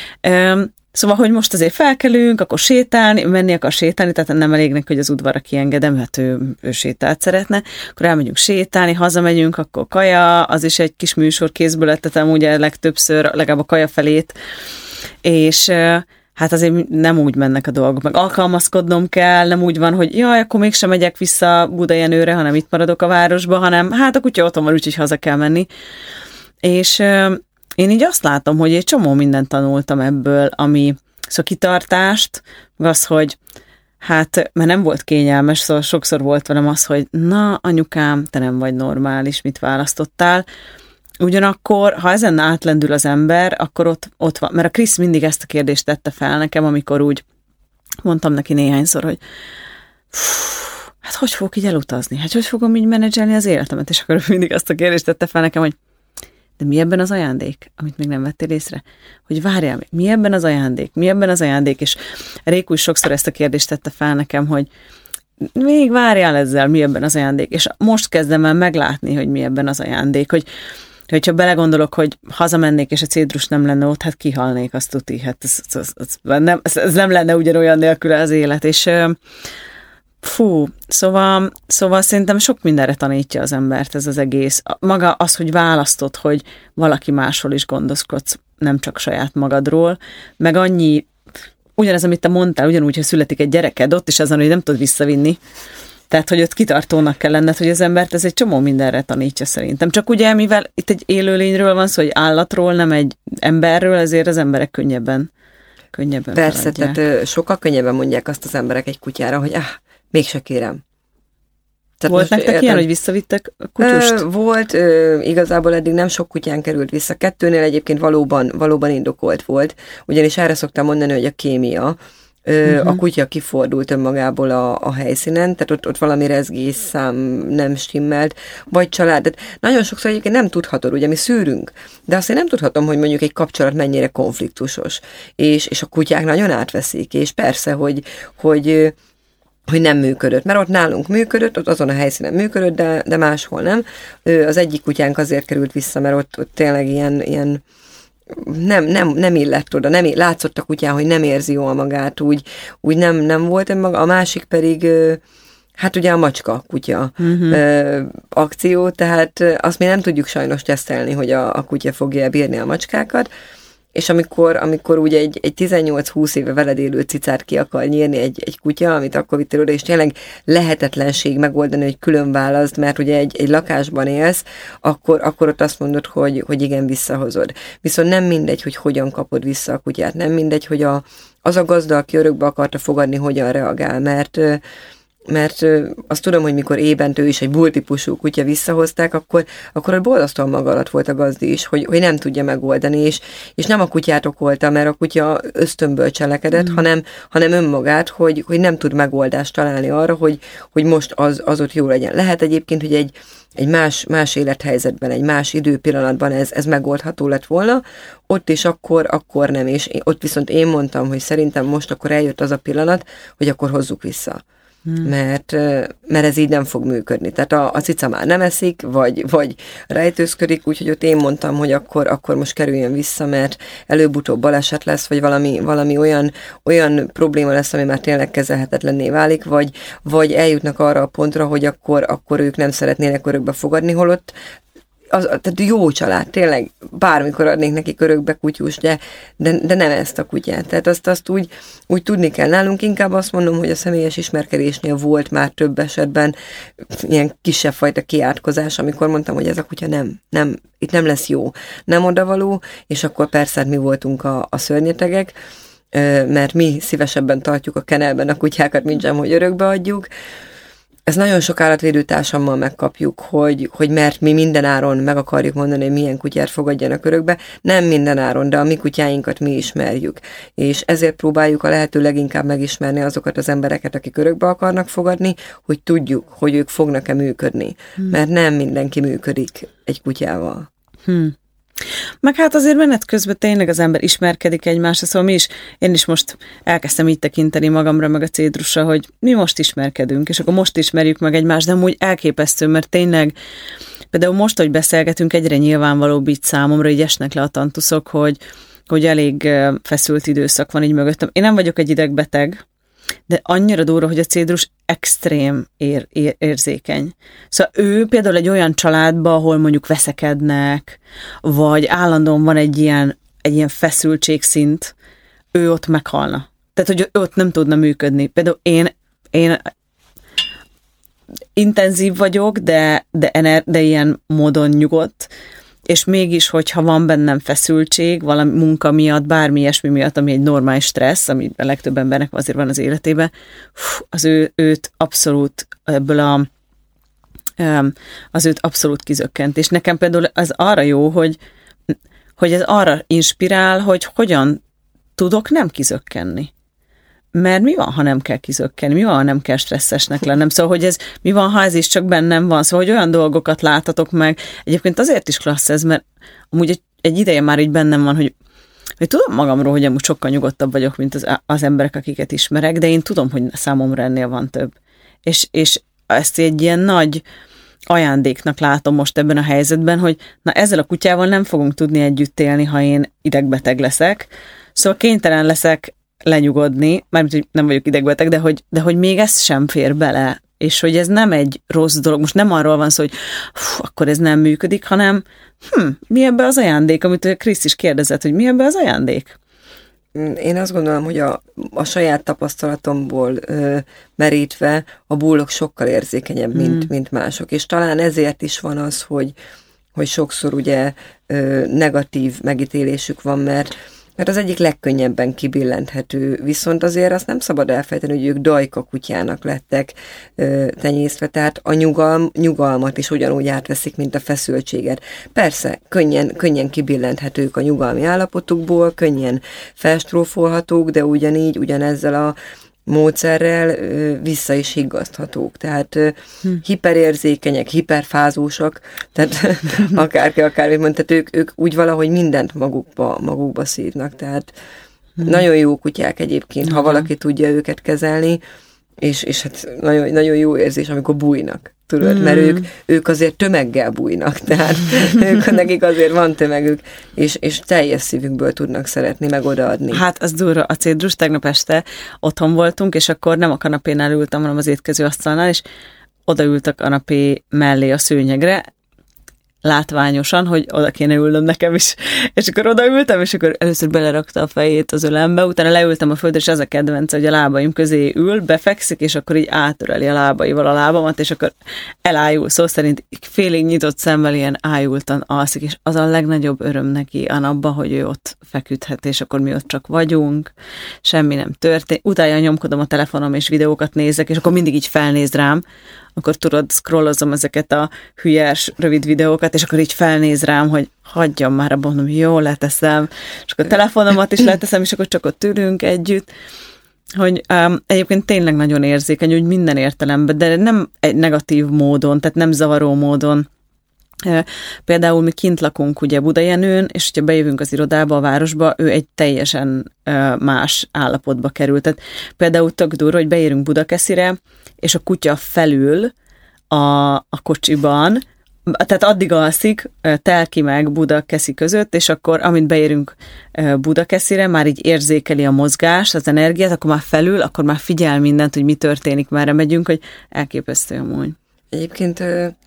Szóval, hogy most azért felkelünk, akkor sétálni, menni akar sétálni, tehát nem elég neki, hogy az udvarra kiengedem, hát ő, ő sétált szeretne, akkor elmegyünk sétálni, hazamegyünk, akkor kaja, az is egy kis műsor, kézből lettetem ugye legtöbbször, legalább a kaja felét, és hát azért nem úgy mennek a dolgok, meg alkalmazkodnom kell, nem úgy van, hogy jaj, akkor mégsem megyek vissza Budajenőre, hanem itt maradok a városba, hanem hát a kutya otthon van, úgyhogy haza kell menni. És én így azt látom, hogy egy csomó mindent tanultam ebből, ami szóval kitartást, az, hogy hát, mert nem volt kényelmes, szóval sokszor volt velem az, hogy na, anyukám, te nem vagy normális, mit választottál. Ugyanakkor, ha ezen átlendül az ember, akkor ott, ott van. Mert a Krisz mindig ezt a kérdést tette fel nekem, amikor úgy mondtam neki néhányszor, hogy hát hogy fogok így elutazni? Hát hogy fogom így menedzselni az életemet? És akkor mindig azt a kérdést tette fel nekem, hogy de mi ebben az ajándék, amit még nem vettél észre? Hogy várjál még, mi ebben az ajándék? Mi ebben az ajándék? És Réku is sokszor ezt a kérdést tette fel nekem, hogy még várjál ezzel, mi ebben az ajándék? És most kezdem el meglátni, hogy mi ebben az ajándék, hogy hogyha belegondolok, hogy hazamennék, és a cédrus nem lenne ott, hát kihalnék, azt tuti, hát ez, ez, ez, nem, ez, ez nem lenne ugyanolyan nélküle az élet, és fú, szóval, szóval szerintem sok mindenre tanítja az embert ez az egész. Maga az, hogy választod, hogy valaki máshol is gondoskodsz, nem csak saját magadról, meg annyi, ugyanez, amit te mondtál, ugyanúgy, hogy születik egy gyereked, ott is azon, hogy nem tudod visszavinni. Tehát, hogy ott kitartónak kell lenned, hogy az embert ez egy csomó mindenre tanítja szerintem. Csak ugye, mivel itt egy élőlényről van szó, hogy állatról, nem egy emberről, ezért az emberek könnyebben könnyebben Persze, feladják. tehát sokkal könnyebben mondják azt az emberek egy kutyára, hogy ah, mégse kérem. Tehát volt nektek értem, ilyen, hogy visszavittek a kutyust? Ö, volt, ö, igazából eddig nem sok kutyán került vissza. Kettőnél egyébként valóban, valóban indokolt volt, ugyanis erre szoktam mondani, hogy a kémia, ö, uh-huh. a kutya kifordult önmagából a, a helyszínen, tehát ott, ott valami rezgésszám nem stimmelt, vagy család. Tehát nagyon sokszor egyébként nem tudhatod, ugye mi szűrünk, de azt én nem tudhatom, hogy mondjuk egy kapcsolat mennyire konfliktusos, és, és a kutyák nagyon átveszik, és persze, hogy, hogy hogy nem működött, mert ott nálunk működött, ott azon a helyszínen működött, de, de máshol nem. Az egyik kutyánk azért került vissza, mert ott, ott tényleg ilyen, ilyen nem, nem, nem illett oda, nem, látszott a kutyán, hogy nem érzi jól magát, úgy, úgy nem, nem volt maga. A másik pedig, hát ugye a macska kutya uh-huh. akció, tehát azt mi nem tudjuk sajnos tesztelni, hogy a, a kutya fogja bírni a macskákat, és amikor, amikor ugye egy, egy tizennyolc-húsz éve veled élő cicát ki akar nyírni egy, egy kutya, amit akkor vittél oda, és tényleg lehetetlenség megoldani, hogy külön válaszd, mert ugye egy, egy lakásban élsz, akkor, akkor ott azt mondod, hogy, hogy igen, visszahozod. Viszont nem mindegy, hogy hogyan kapod vissza a kutyát, nem mindegy, hogy a, az a gazda, aki örökbe akarta fogadni, hogyan reagál, mert mert azt tudom, hogy mikor ébent ő is egy bull-típusú kutya visszahozták, akkor, akkor ott borzasztóan maga alatt volt a gazdi is, hogy, hogy nem tudja megoldani, és, és nem a kutyát okolta, mert a kutya ösztönből cselekedett, mm. hanem, hanem önmagát, hogy, hogy nem tud megoldást találni arra, hogy, hogy most az, az ott jó legyen. Lehet egyébként, hogy egy, egy más, más élethelyzetben, egy más időpillanatban ez, ez megoldható lett volna, ott is akkor, akkor nem, és ott viszont én mondtam, hogy szerintem most akkor eljött az a pillanat, hogy akkor hozzuk vissza. Hmm. Mert, mert ez így nem fog működni. Tehát a, a cica már nem eszik, vagy, vagy rejtőzködik, úgyhogy ott én mondtam, hogy akkor, akkor most kerüljön vissza, mert előbb-utóbb baleset lesz, vagy valami, valami olyan, olyan probléma lesz, ami már tényleg kezelhetetlenné válik, vagy, vagy eljutnak arra a pontra, hogy akkor, akkor ők nem szeretnének örökbe fogadni, holott az, tehát jó család, tényleg bármikor adnék neki örökbe kutyus, de, de, de nem ezt a kutyát. Tehát azt, azt úgy, úgy tudni kell nálunk. Inkább azt mondom, hogy a személyes ismerkedésnél volt már több esetben ilyen kisebb fajta kiátkozás, amikor mondtam, hogy ez a kutya nem, nem, itt nem lesz jó, nem odavaló, és akkor persze mi voltunk a, a szörnyetegek, mert mi szívesebben tartjuk a kennelben a kutyákat, mint sem, hogy örökbe adjuk. Ez nagyon sok állatvédőtársammal megkapjuk, hogy, hogy mert mi minden áron meg akarjuk mondani, hogy milyen kutyát fogadjanak örökbe. Nem minden áron, de a mi kutyáinkat mi ismerjük. És ezért próbáljuk a lehető leginkább megismerni azokat az embereket, akik örökbe akarnak fogadni, hogy tudjuk, hogy ők fognak-e működni. Hmm. Mert nem mindenki működik egy kutyával. Hmm. Meg hát azért menet közben tényleg az ember ismerkedik egymásra, szóval mi is, én is most elkezdtem így tekinteni magamra, meg a Cédrusra, hogy mi most ismerkedünk, és akkor most ismerjük meg egymást, de amúgy elképesztő, mert tényleg például most, hogy beszélgetünk, egyre nyilvánvalóbb így számomra, így esnek le a tantuszok, hogy, hogy elég feszült időszak van így mögöttem. Én nem vagyok egy idegbeteg, de annyira durva, hogy a Cédrus extrém ér, ér, érzékeny. Szóval ő például egy olyan családban, ahol mondjuk veszekednek, vagy állandóan van egy ilyen, egy ilyen feszültségszint, ő ott meghalna. Tehát, hogy ott nem tudna működni. Például én, én intenzív vagyok, de, de, ener, de ilyen módon nyugodt, és mégis, hogyha van bennem feszültség, valami munka miatt, bármi ilyesmi miatt, ami egy normális stressz, ami a legtöbb embernek azért van az életében, az ő, őt abszolút ebből a az őt abszolút kizökkent. És nekem például az arra jó, hogy, hogy ez arra inspirál, hogy hogyan tudok nem kizökkenni. Mert mi van, ha nem kell kizökkenni? Mi van, ha nem kell stresszesnek lennem? Szóval, hogy ez, mi van, ha ez is csak bennem van? Szóval, hogy olyan dolgokat láthatok meg. Egyébként azért is klassz ez, mert amúgy egy, egy ideje már így bennem van, hogy, hogy tudom magamról, hogy amúgy sokkal nyugodtabb vagyok, mint az, az emberek, akiket ismerek, de én tudom, hogy számomra ennél van több. És, és ezt egy ilyen nagy ajándéknak látom most ebben a helyzetben, hogy na ezzel a kutyával nem fogunk tudni együtt élni, ha én idegbeteg leszek. Szóval kénytelen leszek lenyugodni, mármint, hogy nem vagyok idegbeteg, de hogy, de hogy még ez sem fér bele, és hogy ez nem egy rossz dolog. Most nem arról van szó, hogy hú, akkor ez nem működik, hanem hm, mi ebbe az ajándék, amit Krisz is kérdezett, hogy mi ebbe az ajándék? Én azt gondolom, hogy a, a saját tapasztalatomból ö, merítve a bullok sokkal érzékenyebb, hmm. mint, mint mások, és talán ezért is van az, hogy, hogy sokszor ugye ö, negatív megítélésük van, mert mert az egyik legkönnyebben kibillenthető, viszont azért azt nem szabad elfelejteni, hogy ők dajka kutyának lettek ö, tenyésztve, tehát a nyugalm, nyugalmat is ugyanúgy átveszik, mint a feszültséget. Persze, könnyen, könnyen kibillenthetők a nyugalmi állapotukból, könnyen felstrófolhatók, de ugyanígy, ugyanezzel a módszerrel ö, vissza is higgaszthatók. Tehát ö, hm. hiperérzékenyek, hiperfázósak, tehát akárki, akármit mond, tehát ők, ők úgy valahogy mindent magukba, magukba szívnak. Tehát hm. nagyon jó kutyák egyébként, ha valaki tudja őket kezelni, és, és hát nagyon, nagyon jó érzés, amikor bújnak. Tudod, mm. mert ők, ők azért tömeggel bújnak, tehát ők, nekik azért van tömegük, és, és teljes szívükből tudnak szeretni, meg odaadni. Hát az durva, a Cédrus, tegnap este otthon voltunk, és akkor nem a kanapénál ültem, hanem az étkező asztalnál, és odaült a kanapé mellé a szőnyegre, látványosan, hogy oda kéne ülnöm nekem is. És akkor odaültem, és akkor először belerakta a fejét az ölembe, utána leültem a földre, és ez a kedvence, hogy a lábaim közé ül, befekszik, és akkor így átöreli a lábaival a lábamat, és akkor elájul, szó szerint félig nyitott szemmel ilyen ájultan alszik, és az a legnagyobb öröm neki anabba, hogy ő ott feküdhet, és akkor mi ott csak vagyunk, semmi nem történt. Utána nyomkodom a telefonom, és videókat nézek, és akkor mindig így felnéz rám, akkor tudod, scrollozom ezeket a hülyes, rövid videókat, és akkor így felnéz rám, hogy hagyjam már abban, mondom, jó, leteszem, és akkor a telefonomat is leteszem, és akkor csak ott ülünk együtt, hogy um, egyébként tényleg nagyon érzékeny, hogy minden értelemben, de nem egy negatív módon, tehát nem zavaró módon. Például mi kint lakunk ugye Budajenőn, és hogyha bejövünk az irodába, a városba, ő egy teljesen más állapotba került. Tehát például tök durva, hogy beérünk Budakeszire, és a kutya felül a, a kocsiban, tehát addig alszik Telki meg Budakeszi között, és akkor amint beérünk Budakeszire, már így érzékeli a mozgást, az energiát, akkor már felül, akkor már figyel mindent, hogy mi történik, merre megyünk, hogy elképesztő amúgy. Egyébként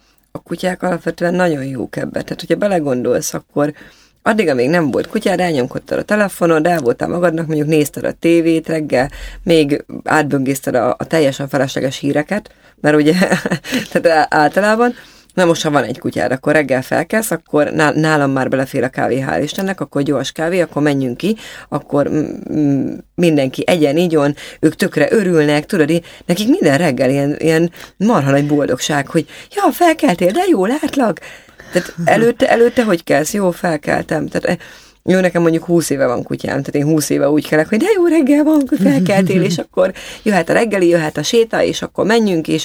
a kutyák alapvetően nagyon jók ebben. Tehát, hogyha belegondolsz, akkor addig, amíg nem volt kutyád, elnyomkodtad a telefonod, el voltál magadnak, mondjuk nézted a tévét reggel, még átböngészted a, a teljesen felesleges híreket, mert ugye, tehát általában, na most, ha van egy kutyád, akkor reggel felkelsz, akkor nálam már belefér a kávé, hál' Istennek, akkor gyors kávé, akkor menjünk ki, akkor mm, mindenki egyen, igyon, ők tökre örülnek, tudod, nekik minden reggel ilyen, ilyen marha nagy boldogság, hogy ja, felkeltél, de jó, látlak. Tehát előtte, előtte hogy kelsz? Jó, felkeltem. Tehát jó, nekem mondjuk húsz éve van kutyám, tehát én húsz éve úgy kelek, hogy de jó reggel van, hogy felkeltél, és akkor jöhet a reggeli, jöhet a séta, és akkor menjünk, és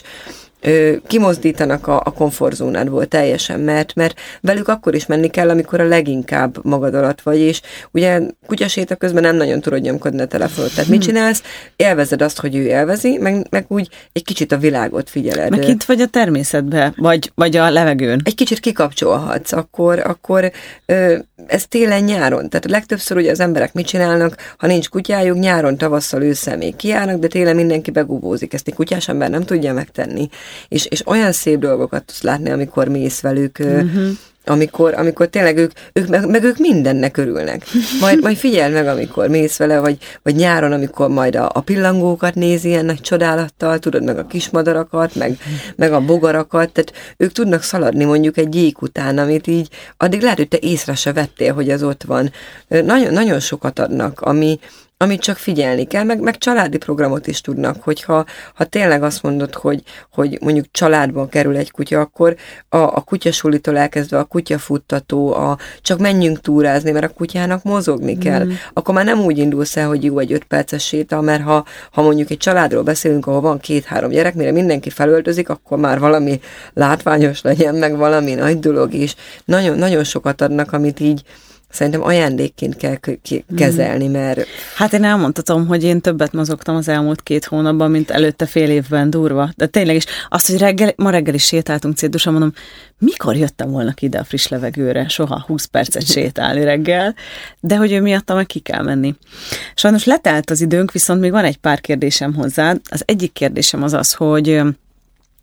ö, kimozdítanak a, a komfortzónádból teljesen, mert, mert velük akkor is menni kell, amikor a leginkább magad alatt vagy, és ugye kutyaséta közben nem nagyon tudod nyomkodni a telefonot. Tehát mit csinálsz? Élvezed azt, hogy ő élvezi, meg, meg úgy egy kicsit a világot figyeled. Meg itt vagy a természetben, vagy, vagy a levegőn. Egy kicsit kikapcsolhatsz, akkor, akkor ö, ez télen-nyáron. Tehát legtöbbször ugye az emberek mit csinálnak, ha nincs kutyájuk, nyáron, tavasszal, ősszel még kijárnak, de télen mindenki begubózik. Ezt egy kutyás ember nem tudja megtenni. És, és olyan szép dolgokat tudsz látni, amikor mész velük, uh-huh. amikor, amikor tényleg ők, ők meg, meg ők mindennek örülnek. Majd, majd figyeld meg, amikor mész vele, vagy, vagy nyáron, amikor majd a, a pillangókat nézi ilyen nagy csodálattal, tudod, meg a kismadarakat, meg, meg a bogarakat, tehát ők tudnak szaladni mondjuk egy gyík után, amit így addig lehet, hogy te észre se vettél, hogy az ott van. Nagyon, nagyon sokat adnak, ami amit csak figyelni kell, meg, meg családi programot is tudnak, hogyha ha tényleg azt mondod, hogy, hogy mondjuk családban kerül egy kutya, akkor a, a kutyasulitól elkezdve a kutyafuttató, a csak menjünk túrázni, mert a kutyának mozogni kell. Mm. Akkor már nem úgy indulsz el, hogy jó egy öt perces séta, mert ha, ha mondjuk egy családról beszélünk, ahol van két-három gyerek, mire mindenki felöltözik, akkor már valami látványos legyen, meg valami nagy dolog, és nagyon, nagyon sokat adnak, amit így szerintem ajándékként kell kezelni, mert... Hát én elmondhatom, hogy én többet mozogtam az elmúlt két hónapban, mint előtte fél évben, durva. De tényleg is, azt, hogy reggel, ma reggel is sétáltunk Cédusan, mondom, mikor jöttem volna ki ide a friss levegőre? Soha húsz percet sétálni reggel, de hogy ő miatta meg ki kell menni. Sajnos letelt az időnk, viszont még van egy pár kérdésem hozzád. Az egyik kérdésem az az, hogy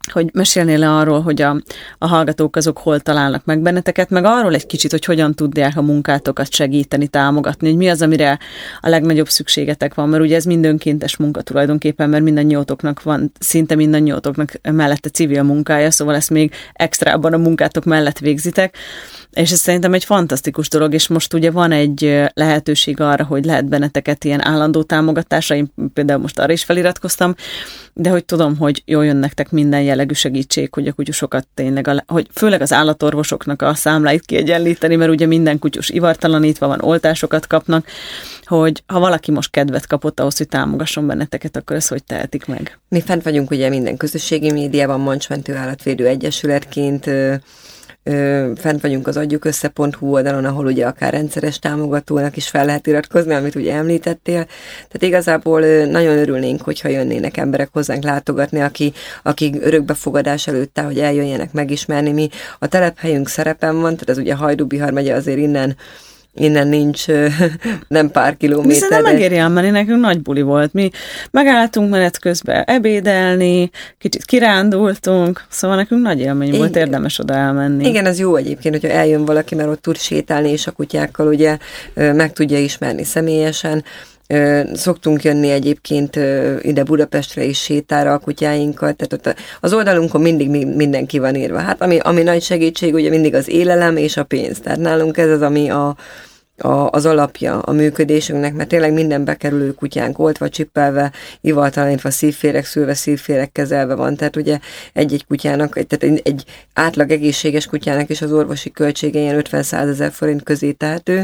hogy mesélnél le arról, hogy a, a hallgatók azok hol találnak meg benneteket, meg arról egy kicsit, hogy hogyan tudják a munkátokat segíteni, támogatni, hogy mi az, amire a legnagyobb szükségetek van, mert ugye ez mind önkéntes munka tulajdonképpen, mert mindannyiótoknak van, szinte mindannyiótoknak mellette civil munkája, szóval ezt még extrában a munkátok mellett végzitek, és ez szerintem egy fantasztikus dolog, és most ugye van egy lehetőség arra, hogy lehet benneteket ilyen állandó támogatásra, én például most arra is feliratkoztam, de hogy tudom, hogy jól jön nektek minden jellegű segítség, hogy a kutyusokat tényleg, a, hogy főleg az állatorvosoknak a számláit kiegyenlíteni, mert ugye minden kutyus ivartalanítva van, oltásokat kapnak, hogy ha valaki most kedvet kapott ahhoz, hogy támogasson benneteket, akkor ezt hogy tehetik meg? Mi fent vagyunk ugye minden közösségi médiában, Mancsmentő Állatvédő Egyesületként, Ö, fent vagyunk az adjuk össze pont hu oldalon, ahol ugye akár rendszeres támogatónak is fel lehet iratkozni, amit ugye említettél. Tehát igazából ö, nagyon örülnénk, hogyha jönnének emberek hozzánk látogatni, aki, akik örökbefogadás előtt áll, hogy eljöjjenek megismerni. Mi a telephelyünk szerepen van, tehát ez ugye Hajdú-Bihar megye, azért innen Innen nincs nem pár kilométer. Viszont nem megéri elmenni, nekünk nagy buli volt. Mi megálltunk menet közben ebédelni, kicsit kirándultunk, szóval nekünk nagy élmény Igen. volt, érdemes oda elmenni. Igen, ez jó egyébként, hogyha eljön valaki, mert ott tud sétálni, és a kutyákkal ugye meg tudja ismerni személyesen. Szoktunk jönni egyébként ide Budapestre is sétára a kutyáinkat, tehát ott az oldalunkon mindig mindenki van írva. Hát ami, ami nagy segítség, ugye mindig az élelem és a pénz. Tehát nálunk ez az, ami a, a, az alapja a működésünknek, mert tényleg minden bekerülő kutyánk oltva, csippelve, ivartalanítva, szívféreg szülve, szívféreg kezelve van. Tehát ugye egy-egy kutyának, tehát egy, egy átlag egészséges kutyának is az orvosi költsége ilyen ötven-százezer forint közé tehető.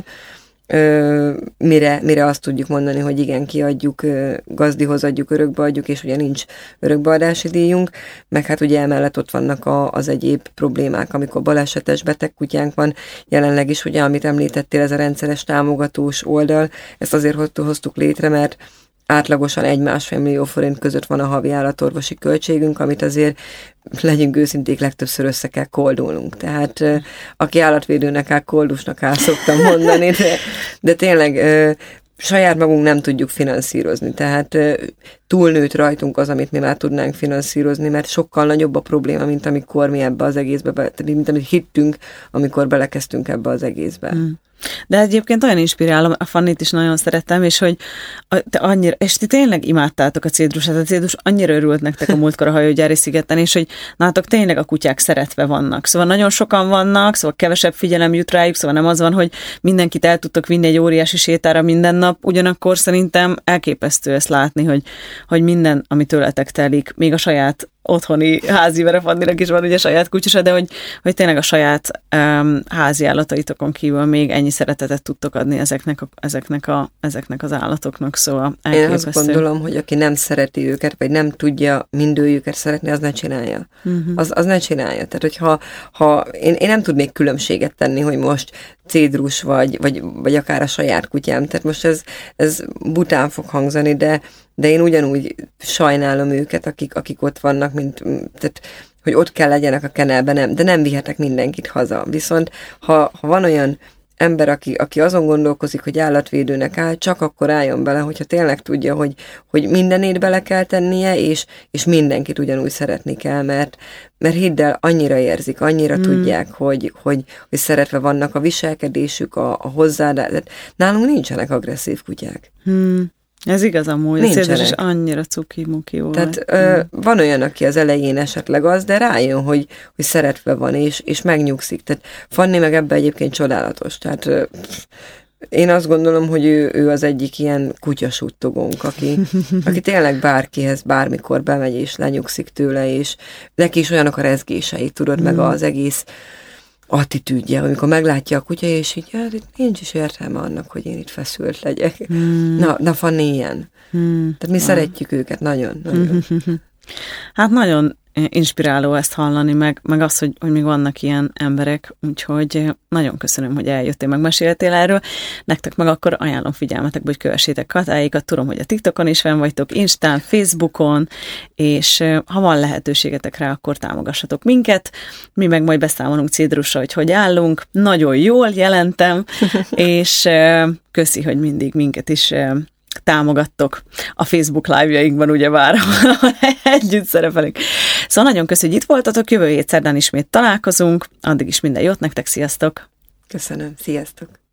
Ö, mire, mire azt tudjuk mondani, hogy igen, kiadjuk, ö, gazdihoz adjuk, örökbe adjuk, és ugye nincs örökbeadási díjunk, meg hát ugye emellett ott vannak a, az egyéb problémák, amikor balesetes beteg kutyánk van, jelenleg is, ugye, amit említettél, ez a rendszeres támogatós oldal, ezt azért hoztuk létre, mert átlagosan egy-másfél millió forint között van a havi állatorvosi költségünk, amit azért, legyünk őszinték, legtöbbször össze kell koldulnunk. Tehát aki állatvédőnek áll, koldusnak áll, szoktam mondani, de, de tényleg saját magunk nem tudjuk finanszírozni. Tehát túlnőtt rajtunk az, amit mi már tudnánk finanszírozni, mert sokkal nagyobb a probléma, mint amikor mi ebbe az egészbe, mint amit hittünk, amikor belekezdtünk ebbe az egészbe. Mm. De egyébként olyan inspirálom, a Fannit is nagyon szeretem, és hogy a, te annyira, és ti tényleg imádtátok a Cédrusát, a Cédrus annyira örült nektek a múltkor a Hajógyári szigeten, és hogy nálatok tényleg a kutyák szeretve vannak. Szóval nagyon sokan vannak, szóval kevesebb figyelem jut rájuk, szóval nem az van, hogy mindenkit el tudtok vinni egy óriási sétára minden nap, ugyanakkor szerintem elképesztő ezt látni, hogy, hogy minden, ami tőletek telik, még a saját otthoni házi verefandinak is van ugye saját kutyusa, de hogy, hogy tényleg a saját um, házi állataitokon kívül még ennyi szeretetet tudtok adni ezeknek, a, ezeknek, a, ezeknek az állatoknak, szóval elképesztő. Én azt gondolom, hogy aki nem szereti őket, vagy nem tudja mindőjüket szeretni, az ne csinálja. Uh-huh. Az, az ne csinálja. Tehát, hogyha ha, én, én nem tudnék különbséget tenni, hogy most Cédrus vagy, vagy, vagy akár a saját kutyám. Tehát most ez, ez bután fog hangzani, de de én ugyanúgy sajnálom őket, akik, akik ott vannak, mint, tehát, hogy ott kell legyenek a kenelben, nem, de nem vihetek mindenkit haza. Viszont ha, ha van olyan ember, aki, aki azon gondolkozik, hogy állatvédőnek áll, csak akkor álljon bele, hogyha tényleg tudja, hogy, hogy mindenét bele kell tennie, és, és mindenkit ugyanúgy szeretni kell, mert, mert hidd el, annyira érzik, annyira hmm. tudják, hogy, hogy, hogy szeretve vannak a viselkedésük, a, a hozzáadás. Nálunk nincsenek agresszív kutyák. Hmm. Ez igaz amúgy, ez is annyira cuki-muki volt. Tehát ö, van olyan, aki az elején esetleg az, de rájön, hogy, hogy szeretve van, és, és megnyugszik. Tehát Fanni meg ebben egyébként csodálatos. Tehát ö, én azt gondolom, hogy ő, ő az egyik ilyen kutyasuttogónk, aki, aki tényleg bárkihez bármikor bemegy, és lenyugszik tőle, és neki is olyanok a rezgései, tudod, mm. meg az egész attitűdje, amikor meglátja a kutya, és így, hát itt nincs is értelme annak, hogy én itt feszült legyek. Hmm. Na, na Fanni ilyen. Hmm. Tehát mi ah. szeretjük őket nagyon. nagyon. Hát nagyon inspiráló ezt hallani, meg, meg az, hogy, hogy még vannak ilyen emberek, úgyhogy nagyon köszönöm, hogy eljöttél, meg meséltél erről. Nektek meg akkor ajánlom figyelmetekbe, hogy kövessétek Katáikat, tudom, hogy a TikTokon is fenn vagytok, Instán, Facebookon, és ha van lehetőségetek rá, akkor támogassatok minket. Mi meg majd beszámolunk Cédrusra, hogy hogy állunk. Nagyon jól jelentem, és köszi, hogy mindig minket is támogattok a Facebook live-jainkban, ugyebár, együtt szerepelünk. Szóval nagyon köszönjük, hogy itt voltatok, jövő hét szerdán ismét találkozunk, addig is minden jót nektek, sziasztok! Köszönöm, sziasztok!